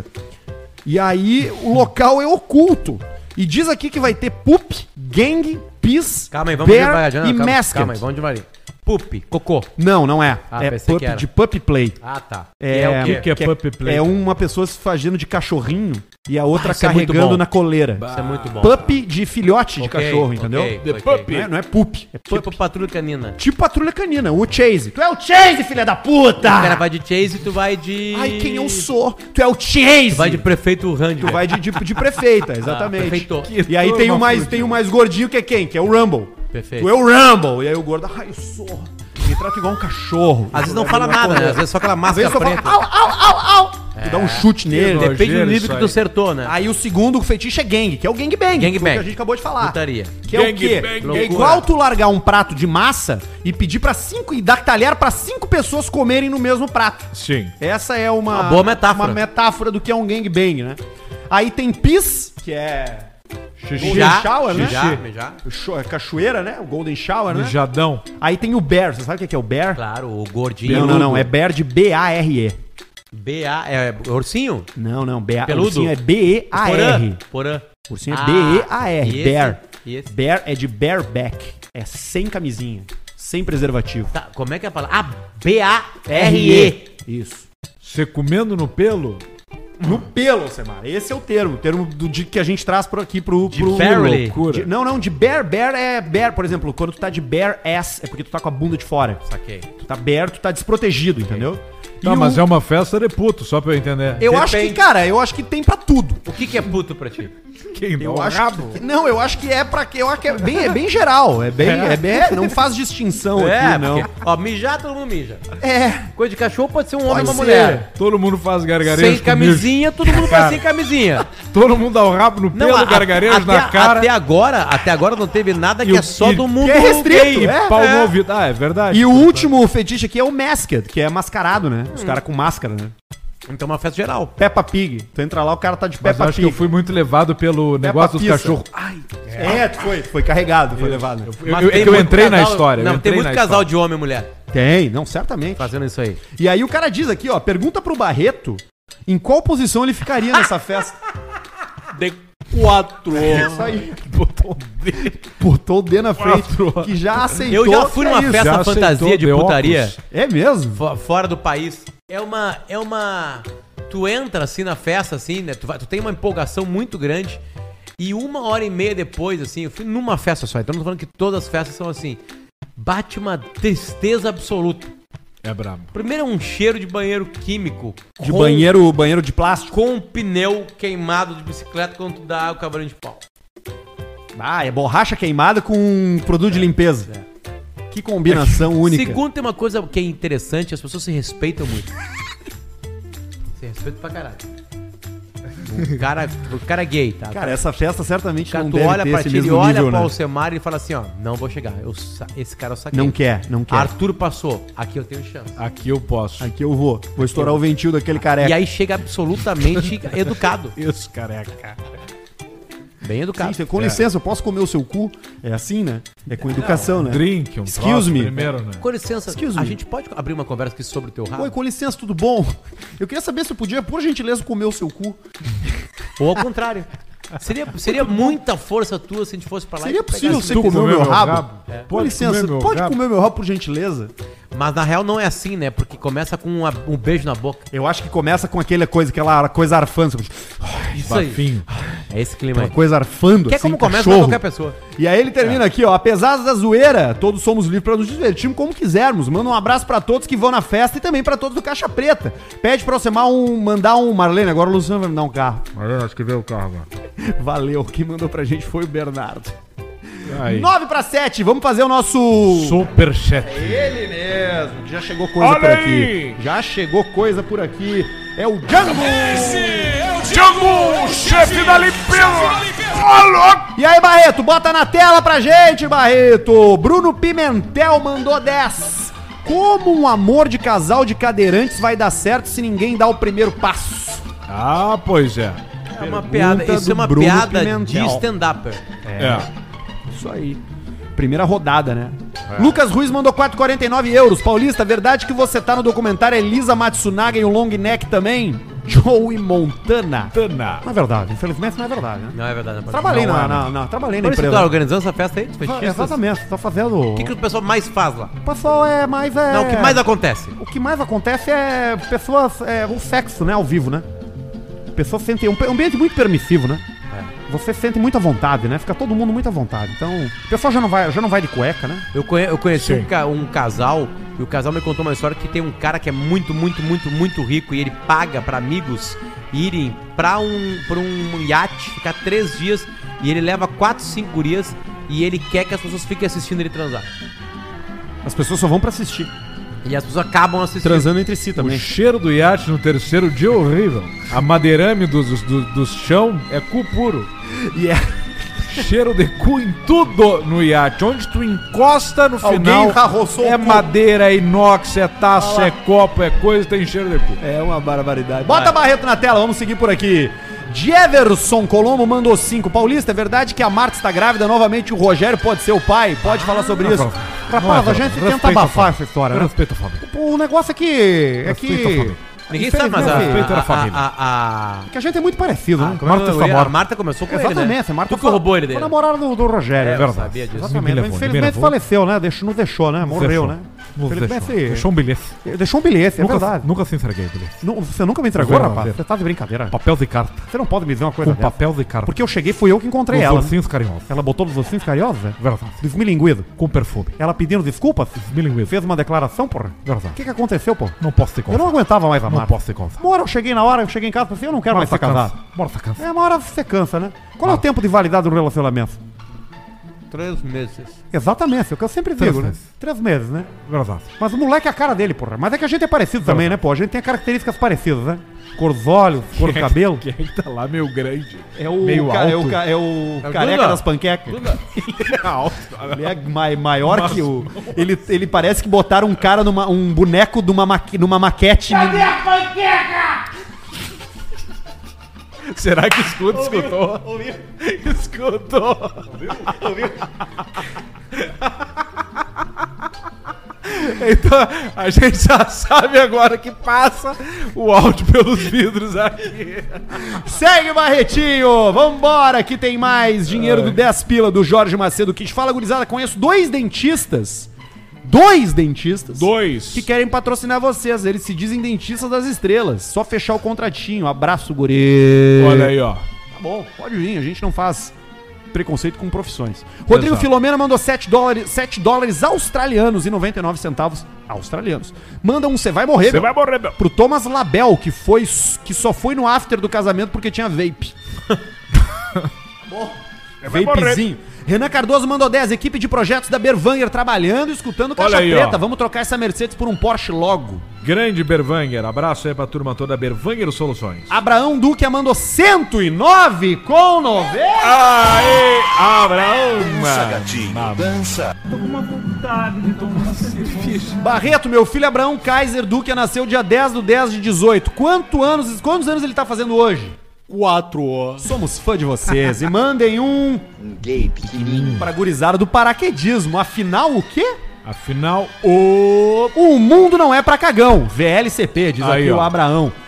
E aí o local é oculto. E diz aqui que vai ter poop, gang, piss, Calma aí, vamos bear devagar. Não, e calma, masked. calma aí, vamos devagarinho. Pup, cocô. Não, não é. Ah, é pensei pup, que era. de puppy play. Ah, tá. É, é o quê? que é puppy play? É uma pessoa se fazendo de cachorrinho e a outra Ah, isso é muito carregando bom. na coleira. Isso é muito bom. Pup de filhote de Ok, cachorro, entendeu? ok, The ok. puppy. Não, é, não é pup, é pup. Tipo patrulha canina. Tipo patrulha canina, o Chase. Tu é o Chase, filha da puta! O cara vai de Chase e tu vai de... Ai, quem eu sou? Tu é o Chase! Tu vai de prefeito Randy. Tu vai de, de, de prefeita, exatamente. prefeito. E aí tem o, turma mais, fudida. tem o mais gordinho que é quem? Que é o Rumble. Perfeito. Tu é o Rumble. E aí o gordo, ai, eu sou. Me trata igual um cachorro. Às vezes não fala nada, né? Às vezes só aquela Às vezes máscara só fala, preta. au, au, au, au. Tu dá um chute nele. nojo. Depende do Nojeiro nível isso que tu aí. acertou, né? Aí o segundo fetiche é gang, que é o gangbang. Gangbang. Foi o que a gente acabou de falar. Putaria. Que é o Gang quê? bang. É Loucura. igual tu largar um prato de massa e pedir pra cinco, e dar talher pra cinco pessoas comerem no mesmo prato. Sim. Essa é uma, Uma boa metáfora. uma metáfora do que é um gangbang, né? Aí tem piss, que é Xixi. Golden Shower, né? Já, já. o cho- cachoeira, né? O Golden Shower, né? Mijadão. Aí tem o bear, você sabe o que é, que é o bear? Claro, o gordinho. Não, não, não, é bear de B A R E. B A... É ursinho? Não, não, B A R. Peludo? Ursinho é B E A R. Porã. Porã. Ursinho é Ah, B E A R, e esse? bear. E esse? Bear é de bareback, é sem camisinha, sem preservativo. Tá, como é que é a palavra? Ah, B A R E. Isso. Você comendo no pelo? No pelo, Semar. Esse é o termo, o termo do, de, que a gente traz por aqui pro... De pro barely. loucura. de- não, não, de bear, bear é bear, por exemplo, quando tu tá de bare ass, é porque tu tá com a bunda de fora. Saquei. Tu tá bare, tu tá desprotegido, entendeu? Tá, E mas o- é uma festa de puto, só pra eu entender. Eu acho que, Depende. cara, eu acho que tem pra tudo. O que que é puto pra ti? Quem Eu dá o acho rabo? que, não, eu acho que é pra que eu acho que é bem, é bem geral, é bem, é bem, não faz distinção É, aqui, não. porque, ó, mijar todo mundo mija. É, Coisa de cachorro pode ser um homem Pode ou uma ser. mulher. Todo mundo faz gargarejo Sem com camisinha, todo mundo Cara. faz sem camisinha. mijo. Todo mundo dá o rabo no pelo, a- gargarejo até, na cara Até agora, até agora não teve nada que E o- é só e- do mundo que é restrito, gay. e é, pau é. no ouvido. Ah, é verdade. e o último fetiche aqui é o masked, que é mascarado, né? Os caras com máscara, né? Então é uma festa geral. Peppa Pig. Tu entra lá, o cara tá de Mas Peppa eu acho Pig. que eu fui muito levado pelo negócio dos Pizza. cachorros. Ai, É, tu foi, tu foi carregado, foi levado. né? eu, Mas eu, é tem que eu muito entrei na casal- história. eu Não, tem entrei muito na casal história. de homem e mulher Tem, não, certamente. fazendo isso aí. E aí o cara diz aqui, ó, pergunta pro Barreto em qual posição ele ficaria nessa festa. De quatro. É isso aí. Botou o D. Botou o D na frente, Quatro. que já aceitou. Eu já fui que é numa isso. festa Já fantasia aceitou de de putaria óculos. É mesmo? fo- fora do país. É uma. É uma. Tu entra assim na festa, assim, né? Tu, vai- tu tem uma empolgação muito grande. E uma hora e meia depois, assim, eu fui numa festa só. Então não tô falando que todas as festas são assim. Bate uma tristeza absoluta. É brabo. Primeiro é um cheiro de banheiro químico. De com- banheiro, banheiro de plástico. Com um pneu queimado de bicicleta quando tu dá o cavalinho de pau. Ah, é borracha queimada com produto de limpeza. Que combinação única. Segundo, tem uma coisa que é interessante, as pessoas se respeitam muito. Se respeitam pra caralho. O cara, o cara é gay, tá? Cara, essa festa certamente Cara, não tu deve olha ter pra esse ti, ele mesmo olha nível, pra né? Alcemar e fala assim, ó, não vou chegar. Eu, sa- esse cara eu saquei. Não quer, não quer. Arthur passou, aqui eu tenho chance. Aqui eu posso. Aqui eu vou. Vou estourar o ventil daquele careca. E aí chega absolutamente educado. Isso, careca. Bem educado. Sim, com licença, eu posso comer o seu cu? É assim, né? É com educação, né? Drink, um Excuse troço me. primeiro, né? Com licença, Excuse a me. gente pode abrir uma conversa aqui sobre o teu rabo? Oi, com licença, tudo bom? Eu queria saber se eu podia, por gentileza, comer o seu cu. Ou ao contrário. Seria, seria muita força tua se a gente fosse pra lá Seria e tu possível pegasse- você Tu comer o comeu meu meu rabo? rabo? É. Com Pode licença, comer meu pode rabo? comer meu rabo, por gentileza? Mas na real não é assim, né? Porque começa com uma- um beijo na boca. Eu acho que começa com aquela coisa, aquela coisa arfando. Isso aí. Bafinho. É esse clima aí. Uma coisa arfando, Que é assim, como começa cachorro. pra qualquer pessoa. E aí ele termina aqui, ó. Apesar da zoeira, todos somos livres pra nos divertirmos como quisermos. Manda um abraço pra todos que vão na festa e também pra todos do Caixa Preta. Pede pra você um, mandar um... Marlene, agora o Luciano vai me dar um carro. Mas acho que veio o carro agora. Valeu, quem mandou pra gente foi o Bernardo. Aí. nove para sete, vamos fazer o nosso... Superchat. Ele mesmo, já chegou coisa Olha por aqui. aí! Já chegou coisa por aqui. É o Django! Django, chefe da limpeza! E aí, Barreto, bota na tela pra gente, Barreto. Bruno Pimentel mandou dez. Como um amor de casal de cadeirantes vai dar certo se ninguém dá o primeiro passo? Ah, pois é. É uma Pergunta piada, isso do é uma Bruno piada Pimentel. de stand-upper. É. Isso aí. Primeira rodada, né? Lucas Ruiz mandou quatro e quarenta e nove euros. Paulista, verdade que você tá no documentário Elisa Matsunaga e o Long Neck também? Joey Montana. Tana. Não é verdade, infelizmente não é verdade, né? Não é verdade. Não, Trabalhei não, na, é, na, né? na- trabalhei na Por isso que tu empresa. tá organizando essa festa aí? dos Ah, fetichistas? Exatamente, tá fazendo... O que, que o pessoal mais faz lá? O pessoal é mais... É... Não, o que mais acontece? O que mais acontece é pessoas... É, o sexo, né, ao vivo, né? Pessoas sentem... Um ambiente muito permissivo, né? Você sente muita vontade, né? Fica todo mundo muito à vontade. Então, o pessoal já não vai, já não vai de cueca, né? Eu, conhe, eu conheci Sim. um, ca- um casal, e o casal me contou uma história que tem um cara que é muito, muito, muito, muito rico e ele paga pra amigos irem pra um, pra um iate, ficar três dias, e ele leva quatro, cinco gurias e ele quer que as pessoas fiquem assistindo ele transar. As pessoas só vão pra assistir. E as pessoas acabam assistindo. Transando entre si O também. cheiro do iate no terceiro dia é horrível. A madeirame dos dos do, do chão é cu puro. E é... Cheiro de cu em tudo no iate. Onde tu encosta no Alguém final arroçou é o cu. madeira, é inox, é taça, é copo, é coisa, tem cheiro de cu. É uma barbaridade. Bota Barreto na tela, vamos seguir por aqui. Jefferson Colombo mandou cinco. Paulista, é verdade que a Marta está grávida novamente, o Rogério pode ser o pai? Pode falar sobre isso? Rapaz, a gente tenta abafar essa história, né? Respeito a família. O negócio é que... É Respeito a que... família. Ninguém sabe, mas a, Infelizmente, respeito à a, família. a, a, a, que a gente é muito parecido, né? como é Marta o nome? Samora. A Marta começou com Exatamente, ele, né? a Marta Tu que roubou ele foi dele. namorada do, do Rogério. É, eu verdade. sabia disso. Exatamente, Me mas levou, me infelizmente levou. faleceu, né? Deixou, nos deixou, né? Morreu, Deixou. né? Nos Infelizmente, deixou. Deixou um bilhete. Deixou um bilhete, é nunca, verdade. nunca se entreguei o bilhete. Nu- Você nunca me entregou, Não, rapaz? não. Você tá de brincadeira. Papel de carta. Você não pode me dizer uma coisa Com dessa. papel de carta. Porque eu cheguei, fui eu que encontrei Os ela. né? ursinhos carinhosos. Ela botou os ossinhos carinhosos, né? Verdade. Desmilinguido. Com perfume. Ela pedindo desculpas. Desmilinguido. Fez uma declaração, porra. Verdade. O que que aconteceu, pô? Não posso te Eu contar. não aguentava mais a Não Marta. posso te contar. Uma hora eu cheguei na hora, eu cheguei em casa e pensei, eu não quero mais ser casado. Morta cansa. É, uma hora você cansa, né? Qual é o tempo de validade do relacionamento? Três meses. Exatamente, é o que eu sempre Três digo, né? meses. Três meses, né? Verdade. Mas o moleque é a cara dele, porra. Mas é que a gente é parecido também, né, pô? A gente tem características parecidas, né? Cor dos olhos, cor do cabelo. Quem é que tá lá meio grande? É o, meio ca- é o, alto. ca- é o É o careca Duda. das panquecas. É alto. Ele é mai- maior que o... Ele, ele parece que botaram um cara numa... Um boneco de uma maqui, numa maquete... Cadê a panqueca? Será que escuta? Escutou? Ouviu? Escutou. Ouviu? Então, a gente já sabe agora que passa o áudio pelos vidros aqui. Segue, Barretinho! Vambora, que tem mais dinheiro do dez pila do Jorge Macedo Kit. Fala, gurizada, conheço dois dentistas. Dois dentistas. Dois. Que querem patrocinar vocês. Eles se dizem dentistas das estrelas. Só fechar o contratinho. Abraço, guri. Olha aí, ó. Tá bom, pode vir. A gente não faz preconceito com profissões. Rodrigo Exato. Filomena mandou sete dólares, sete dólares australianos e noventa e nove centavos australianos. Manda um, você vai morrer, Você meu. vai morrer, meu. Pro Thomas Label, que, foi, que só foi no after do casamento porque tinha vape. Bom, vai vapezinho. Renan Cardoso mandou dez. Equipe de projetos da Berwanger trabalhando, escutando Caixa Olha aí, Preta. ó. Vamos trocar essa Mercedes por um Porsche logo. Grande Berwanger. Abraço aí pra turma toda da Berwanger Soluções. Abraão Duque mandou cento e nove com noventa. Aê, Abraão. Barreto, meu filho Abraão Kaiser Duque nasceu dia dez do dez de dezoito. Quantos anos, quantos anos ele tá fazendo hoje? Quatro horas. Somos fã de vocês. E mandem um Gay pequenininho. pra gurizada do paraquedismo. Afinal, o quê? Afinal, o... O mundo não é pra cagão. V L C P, diz Aí, aqui ó. o Abraão.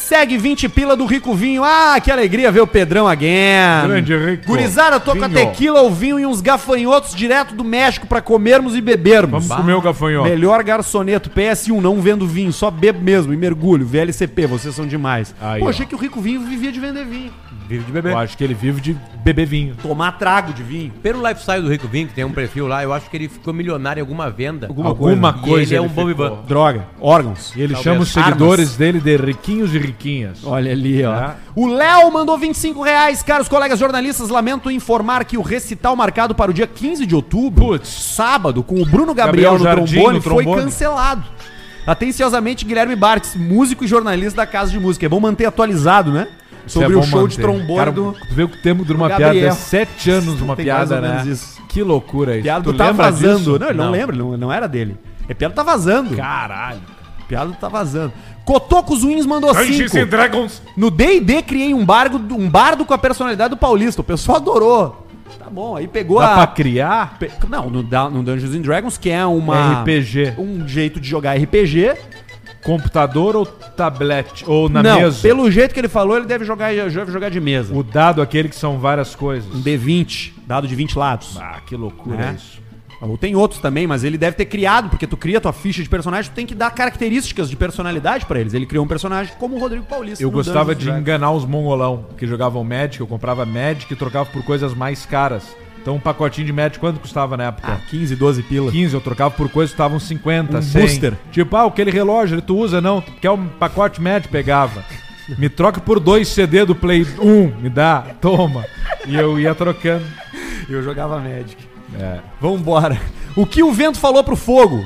Segue vinte pila do Rico Vinho. Ah, que alegria ver o Pedrão again. Grande Rico. Gurizada, tô com a Vinho. tequila, o vinho e uns gafanhotos direto do México pra comermos e bebermos. Vamos comer o gafanhoto. Melhor garçoneto, P S um, não vendo vinho, só bebo mesmo e mergulho. V L C P, vocês são demais. Aí, Pô, ó. achei que o Rico Vinho vivia de vender vinho. Vive de beber. Eu acho que ele vive de beber vinho. Tomar trago de vinho. Pelo lifestyle do Rico Vinho, que tem um perfil lá, eu acho que ele ficou milionário em alguma venda. Alguma Alguma E coisa. ele é um ele bom ficou. vivan. Droga, órgãos. E ele Talvez. chama os seguidores dele de riquinhos e riquinhas. Olha ali, ó. É. O Léo mandou vinte e cinco reais. Caros colegas jornalistas, lamento informar que o recital marcado para o dia quinze de outubro, Putz. sábado, com o Bruno Gabriel, Gabriel no, Jardim trombone, no trombone. foi cancelado. Atenciosamente, Guilherme Bartz, músico e jornalista da Casa de Música. É bom manter atualizado, né? Sobre Isso é o bom show manter. de trombone Cara, do... Tu vê o tempo de uma Gabriel. piada, é sete anos uma Tem mais piada, ou menos né? isso. Que loucura isso. Piada Tu do tá lembra vazando. disso? Não, ele não, Não. lembra, não, não era dele. É piada do tá vazando. Caralho. Piada do tá vazando. Cotocos Wins mandou Dungeons and cinco. Dragons. No D e D criei um bardo, um bardo com a personalidade do Paulista. O pessoal adorou. Tá bom, aí pegou Dá a... pra criar? Pe- Não, no, Da- no Dungeons and Dragons, que é uma... R P G. Um jeito de jogar R P G. Computador ou tablet? Ou na não, mesa? pelo jeito que ele falou, ele deve jogar, deve jogar de mesa. O dado aquele que são várias coisas. Um D vinte, dado de vinte lados. Ah, que loucura É. isso. Ou tem outros também, mas ele deve ter criado, porque tu cria tua ficha de personagem, tu tem que dar características de personalidade pra eles. Ele criou um personagem como o Rodrigo Paulista. Eu no gostava Dungeons de and Dragons. enganar os mongolão, que jogavam Magic, eu comprava Magic e trocava por coisas mais caras. Então um pacotinho de Magic, quanto custava na época? Ah, quinze, doze pila. quinze, eu trocava por coisas que estavam cinquenta, Um cem. booster. Tipo, ah, aquele relógio, ele tu usa, não, tu quer um pacote Magic, pegava. Me troca por dois C D do Play um, me dá, toma. E eu ia trocando. Eu jogava Magic. É. Vambora. O que o vento falou pro fogo?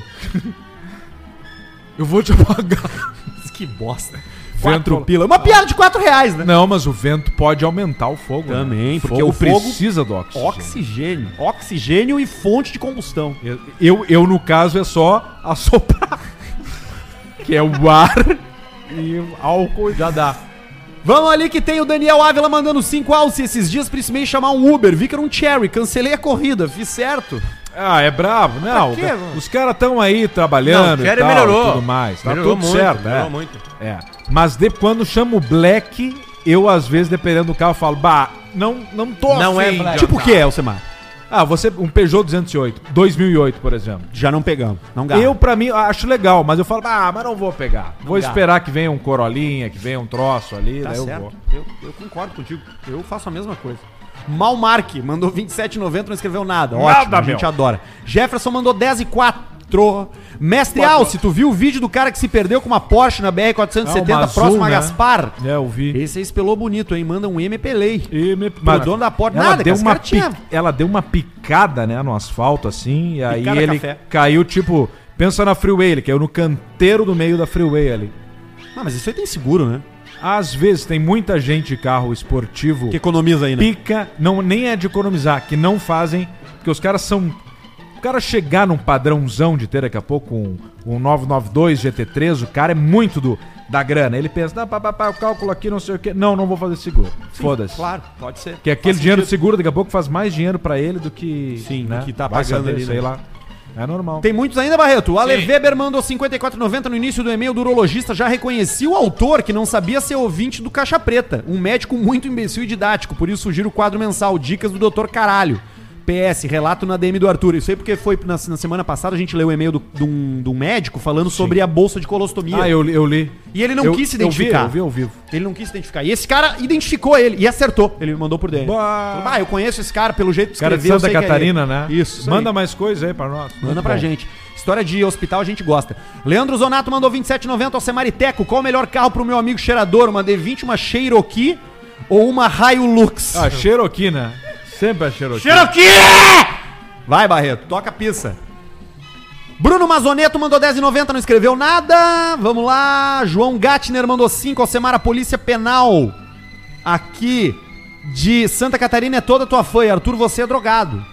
Eu vou te apagar. Que bosta. Vento- Quatro pila. Uma piada de quatro reais, né? Não, mas o vento pode aumentar o fogo. Também, né? porque fogo o fogo- precisa do oxigênio. Oxigênio. Oxigênio e fonte de combustão. Eu, eu, eu, no caso, é só assoprar. Que é o ar e o álcool já dá. Vamos ali que tem o Daniel Ávila mandando cinco alce esses dias, precisei chamar um Uber, vi que era um Cherry, cancelei a corrida, fiz certo. Ah, é bravo. Não, Pra quê, ca- mano? os caras estão aí trabalhando Não, e Cherry tal, melhorou. tudo mais. Tá Melhorou tudo muito, certo, melhorou é. muito. É. Mas de, quando chamo o Black, eu às vezes, dependendo do carro, falo, bah, não, não tô Não afim é Black. de Tipo o andar." que é, Alcemar? Ah, você, um Peugeot duzentos e oito, dois mil e oito, por exemplo. Já não pegamos, não gasta. Eu, pra mim, acho legal, mas eu falo, ah, mas não vou pegar. Vou dá. esperar que venha um Corolinha, que venha um troço ali, Tá daí eu certo, vou. eu, eu concordo contigo, eu faço a mesma coisa. Malmark mandou vinte e sete e noventa, não escreveu nada, Nada, ótimo, a gente meu. adora. Jefferson mandou dez e quatro. Mestre Alce, tu viu o vídeo do cara que se perdeu com uma Porsche na B R quatrocentos e setenta, Ah, uma Azul, próximo a né? Gaspar? É, eu vi. Esse aí espelou bonito, hein? Manda um M Pelei. E me... Pro dono da porta, ela nada, deu que uma esse cara tinha- pic- ela deu uma picada, né, no asfalto, assim, e aí Picada ele café. caiu, tipo, pensa na freeway, ele caiu no canteiro do meio da freeway ali. Ah, mas isso aí tem seguro, né? Às vezes tem muita gente de carro esportivo Que economiza aí, né? pica, não, nem é de economizar, que não fazem, porque os caras são... O cara chegar num padrãozão de ter daqui a pouco um, um novecentos e noventa e dois G T três, o cara é muito do, da grana. Ele pensa, não, pá, pá, pá, eu cálculo aqui, não sei o quê. Não, não vou fazer seguro. Foda-se. Claro, pode ser. Que aquele Faz dinheiro de sentido. seguro daqui a pouco faz mais dinheiro pra ele do que... Sim, né? do que tá Vai pagando saber, ali, sei né? lá. É normal. Tem muitos ainda, Barreto. O Ale Sim. Weber mandou cinquenta e quatro e noventa no início do e-mail do urologista. Já reconheci o autor que não sabia ser ouvinte do Caixa Preta. Um médico muito imbecil e didático. Por isso sugiro o quadro mensal Dicas do doutor Caralho. P S, relato na D M do Arthur. Isso aí porque foi na, na semana passada a gente leu o e-mail do- de um, de um médico falando sobre a bolsa de colostomia. Ah, eu, eu li. E ele não eu, quis se eu vi, identificar. eu vi ao vivo. Ele não quis se identificar. E esse cara identificou ele e acertou. Ele me mandou por dentro. Bah. Ah, eu conheço esse cara pelo jeito de Cara de escrever. eu Santa sei que é Catarina, ele. né? Isso. isso Manda aí. mais coisa aí pra nós. Manda Muito pra bom. gente. História de hospital a gente gosta. Leandro Zonato mandou vinte e sete e noventa ao Semariteco. Qual o melhor carro pro meu amigo cheirador? Uma D vinte, uma Cherokee ou uma Hilux? Ah, Cherokee, né? Sempre a Cherokee. Cherokee! Vai, Barreto, toca a pista. Bruno Mazoneto mandou dez e noventa, não escreveu nada. Vamos lá. João Gatner mandou cinco. Alcemar, a Polícia Penal aqui de Santa Catarina é toda tua fã. E Arthur, você é drogado.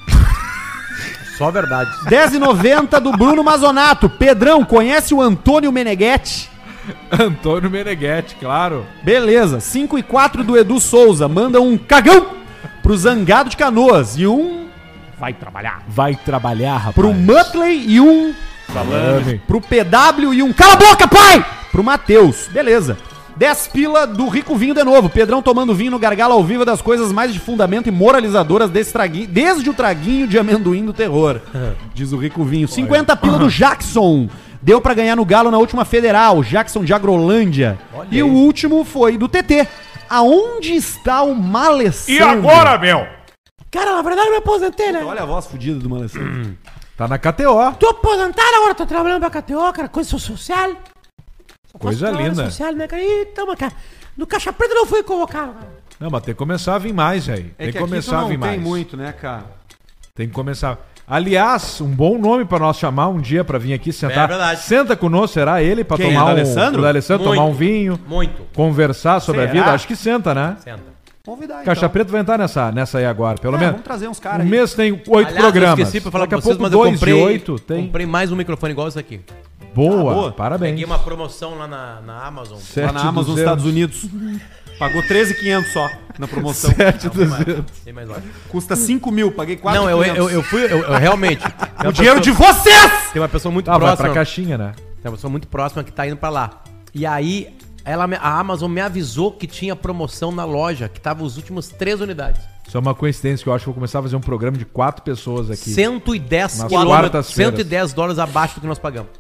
Só verdade. dez e noventa do Bruno Mazonato. Pedrão, conhece o Antônio Meneghetti? Antônio Meneghetti, claro. Beleza. cinco e quatro do Edu Souza. Manda um cagão pro Zangado de Canoas. E um... Vai trabalhar. Vai trabalhar, rapaz. Pro Muttley e um... Salame. Pro P W e um... Cala a boca, pai! Pro Matheus. Beleza. dez pila do Rico Vinho de novo. Pedrão tomando vinho no gargalo ao vivo, das coisas mais de fundamento e moralizadoras desse traguinho, desde o traguinho de amendoim do terror. Diz o Rico Vinho. cinquenta pila do Jackson. Deu pra ganhar no Galo na última Federal. Jackson de Agrolândia. Olha e aí. o último foi do T T. Aonde está o Malessandro? E agora, meu? Cara, na verdade eu me aposentei, né? Olha a voz fodida do Malessandro. Tá na K T O. Tô aposentado agora, tô trabalhando pra K T O, cara, coisa social. Só faço Coisa trabalho linda. social, né, cara? E tamo, cara. No Caixa Preta não fui convocado, cara. Não, mas tem que começar a vir mais, velho. Tem que começar a vir mais. muito, né, cara? Tem que começar. Aliás, um bom nome pra nós chamar um dia pra vir aqui sentar. É verdade. Senta conosco, será ele? Pra Quem? tomar O um... D'Alessandro? O D'Alessandro, Muito. tomar um vinho, Muito. conversar sobre Será? a vida. Acho que senta, né? Senta. Convidar, Caixa Preta vai entrar nessa, nessa aí agora, pelo É, menos. vamos trazer uns caras Um aí. mês tem oito Aliás, programas. eu esqueci pra falar Daqui pra a vocês, pouco mas eu dois comprei, de oito tem. comprei mais um microfone igual esse aqui. Boa, Ah, boa. parabéns. Peguei uma promoção lá na, na Amazon. Lá na Amazon nos duzentos. Estados Unidos. Pagou treze mil e quinhentos só na promoção. sete Não, tem mais, duzentos. tem mais loja. Custa cinco mil, paguei quatro Não, eu, eu, eu fui, eu, eu realmente. tem O uma dinheiro de pessoa- vocês! Tem uma pessoa muito Ah, vai próxima. pra caixinha, né? Tem uma pessoa muito próxima que tá indo pra lá. E aí, ela, me- a Amazon me avisou que tinha promoção na loja, que tava os últimos três unidades. Isso é uma coincidência que eu acho que eu vou começar a fazer um programa de quatro pessoas aqui. cento e dez Nas quilômetros, quartas-feiras. cento e dez dólares abaixo do que nós pagamos.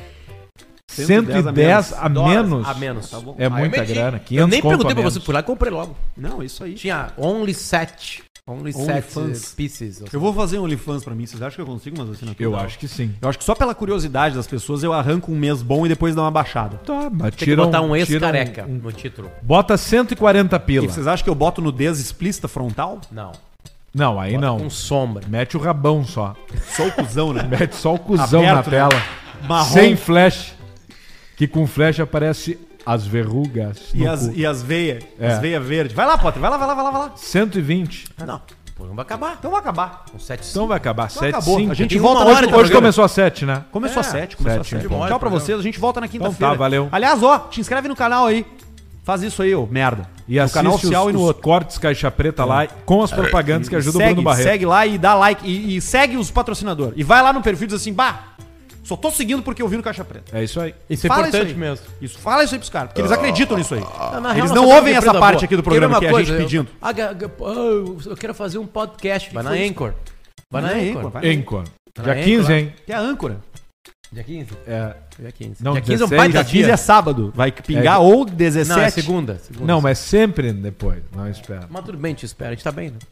cento e dez a menos? A menos. Tá bom. É Aí eu muita meti. grana. Eu quinhentos nem conto perguntei a pra menos. você, fui lá e comprei logo. Não, isso aí. Tinha only set. Only, set fans. pieces. Eu vou fazer um OnlyFans pra mim. Vocês acham que eu consigo umas assinaturas? Eu acho que sim. Eu acho que só pela curiosidade das pessoas eu arranco um mês bom e depois dou uma baixada. Tá, mas Tem que tira botar um tira ex-careca um- no título. Bota cento e quarenta E pila. vocês acham que eu boto nudez explícita frontal? Não. Não, aí não. Com sombra. Mete o rabão só. Sou o cuzão, né? Mete só o cuzão Aberto, na né? tela. Marrom. Sem flash. Que com flash aparece as verrugas. E no as, cu. e as veias. É. As veias verdes. Vai lá, Potter. Vai lá, vai lá, vai lá, vai lá. cento e vinte. Não. Pô, não vai acabar. Então vai acabar. Com sete Então vai acabar. Então sete acabou. cinco. A gente Tem volta uma na hora de quinta- Hoje programa. começou às sete, né? Começou às É, sete, começou às sete, sete. então. Tchau pra vocês, a gente volta na quinta-feira. Então tá, valeu. Aliás, ó, te inscreve no canal aí. Faz isso aí, ô, merda. E no assiste canal os, oficial e no os outro. cortes Caixa Preta lá com as propagandas que ajudam segue, o Bruno Barreto. segue lá e dá like. E, e segue os patrocinadores. E vai lá no perfil e diz assim, bah, só tô seguindo porque eu vi no Caixa Preta. É isso aí. Isso é Fala importante isso aí. mesmo. Isso, fala isso aí pros caras, porque eles acreditam nisso aí. Na real, Eles nossa não própria ouvem essa empresa parte boa. aqui do Quer ver programa uma que é a coisa? gente pedindo. Eu, ah, ga- ga- ah, eu quero fazer um podcast. Vai na foi isso? Anchor. Vai na Vai na Anchor. Anchor, vai. Encore. Tá Dia na quinze, Anchor, hein? Que é a âncora. Dia quinze? É. Dia quinze. Não, dia quinze é um dezesseis, baita Dia quinze dia. é sábado. Vai pingar É. ou dezessete. Não, é segunda. segunda. Não, mas sempre depois. Não espera. Mas tudo bem, te espera. A gente tá bem, né?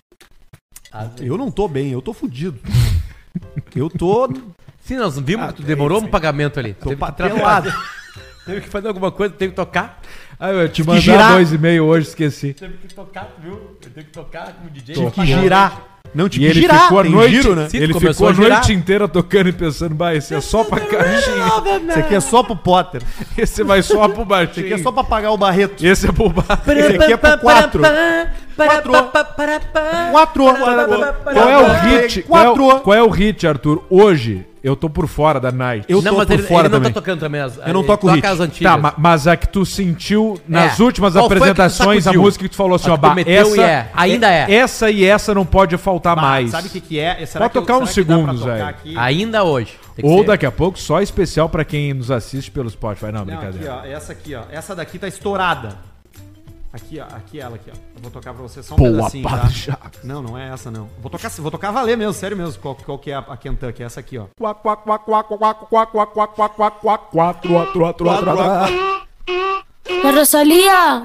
Eu não tô bem, eu tô fudido. Eu tô... Sim, nós vimos Ah, que tu demorou é, um pagamento ali. Tô Teve que papelado. trabalhar. Teve que fazer alguma coisa, teve que tocar. Ah, eu ia te que mandar girar. dois e meio hoje, esqueci. Teve que tocar, tu viu? Eu tenho que tocar como D J. Tive que girar. Não, E tive que ele girar. ficou a Tem noite, giro, né? Sim, ele começou ficou a a girar. noite inteira tocando e pensando, bah, esse é só pra caixinha. Isso aqui é só pro Potter. Esse vai só pro Isso baixinho. aqui é só pra pagar o Barreto. Esse é pro baixo. Esse aqui é pro quatro. Quatro. Quatro. Qual é o hit? Qual é o, Quatro. qual é o hit, Arthur? Hoje, eu tô por fora da night. Eu não, tô mas por ele, fora ele não também. tá tocando também as. Eu não ele toco toca hit. as antigas. Tá, ma- mas a que tu sentiu nas É. últimas Qual foi que tu apresentações, a sacudiu? música que tu falou assim, A ó, que tu bah, meteu essa, e é. Ainda é. Essa e essa não pode faltar Bah, mais. Sabe o que que é? Será Pode que eu- tocar uns será que dá pra segundos, tocar velho. aqui? Ainda hoje. Tem que Ou ser. daqui a pouco, só especial pra quem nos assiste pelo Spotify. Não, Não, aqui, brincadeira. ó. Essa aqui, ó. Essa daqui tá estourada. Aqui, ó. Aqui ela aqui, ó. Eu vou tocar pra você só um Boa, pedacinho, tá? Padre Chagas. Não, não é essa, não. Vou tocar, vou tocar valer mesmo, sério mesmo. Qual, qual que é a, a Kentucky? Essa aqui, ó. Quá, quá, quá, quá, quá, quá, quá, quá, quá, quá, quá, quá, quá, trua, trua, trua, trua, trua. La Rosalía.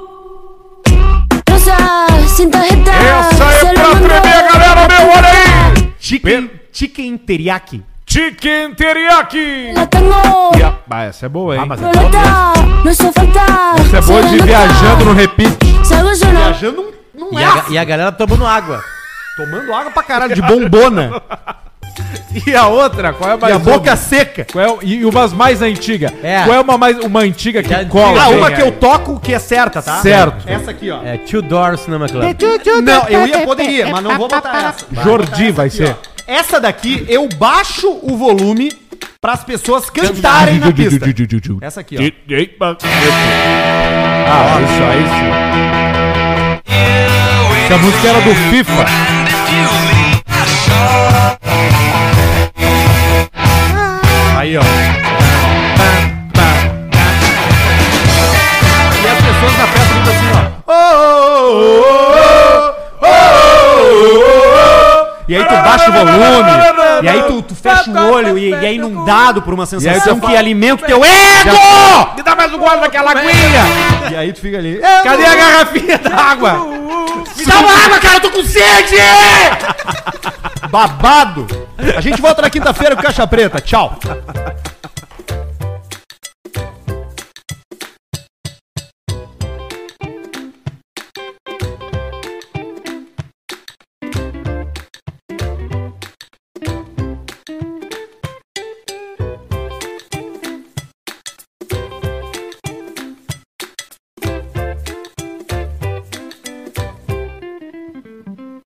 Rosa, sin tarjeta. Essa é se lo pra mando tremer a galera, meu, olha aí! Chicken, chicken teriyaki. Chicken teriyaki! La tengo. Ah, essa é boa, hein? Ah, mas é Violeta, no hace falta. Essa é boa de ir viajando no repeat. Salgo yo no. Viajando não, não E é a, assim. e a galera tomando água. Tomando água pra caralho, de bombona. E a outra, qual é a E mais a boca uma? seca. Qual é o- e umas mais antigas. É. Qual é uma, mais, uma antiga que E a cola? antiga, Ah, uma bem que aí? eu toco que é certa, tá? Certo. Essa aqui, ó. É Two Doors Cinema Club. Não, eu ia, poderia, mas não vou botar essa. Vai Jordi botar essa vai aqui, ser. ó. Essa daqui, eu baixo o volume pras pessoas cantarem na pista. Essa aqui, ó. Ah, isso aí sim. Essa música era do FIFA. Aí, ó. E volume. E aí tu, tu fecha o olho e, e é inundado por uma sensação tu que fala- alimenta o teu ego! Me dá mais um gole daquela aguinha! E aí tu fica ali. Cadê a garrafinha d'água? Me dá uma água, cara, eu tô com sede! Babado! A gente volta na quinta-feira com Caixa Preta. Tchau!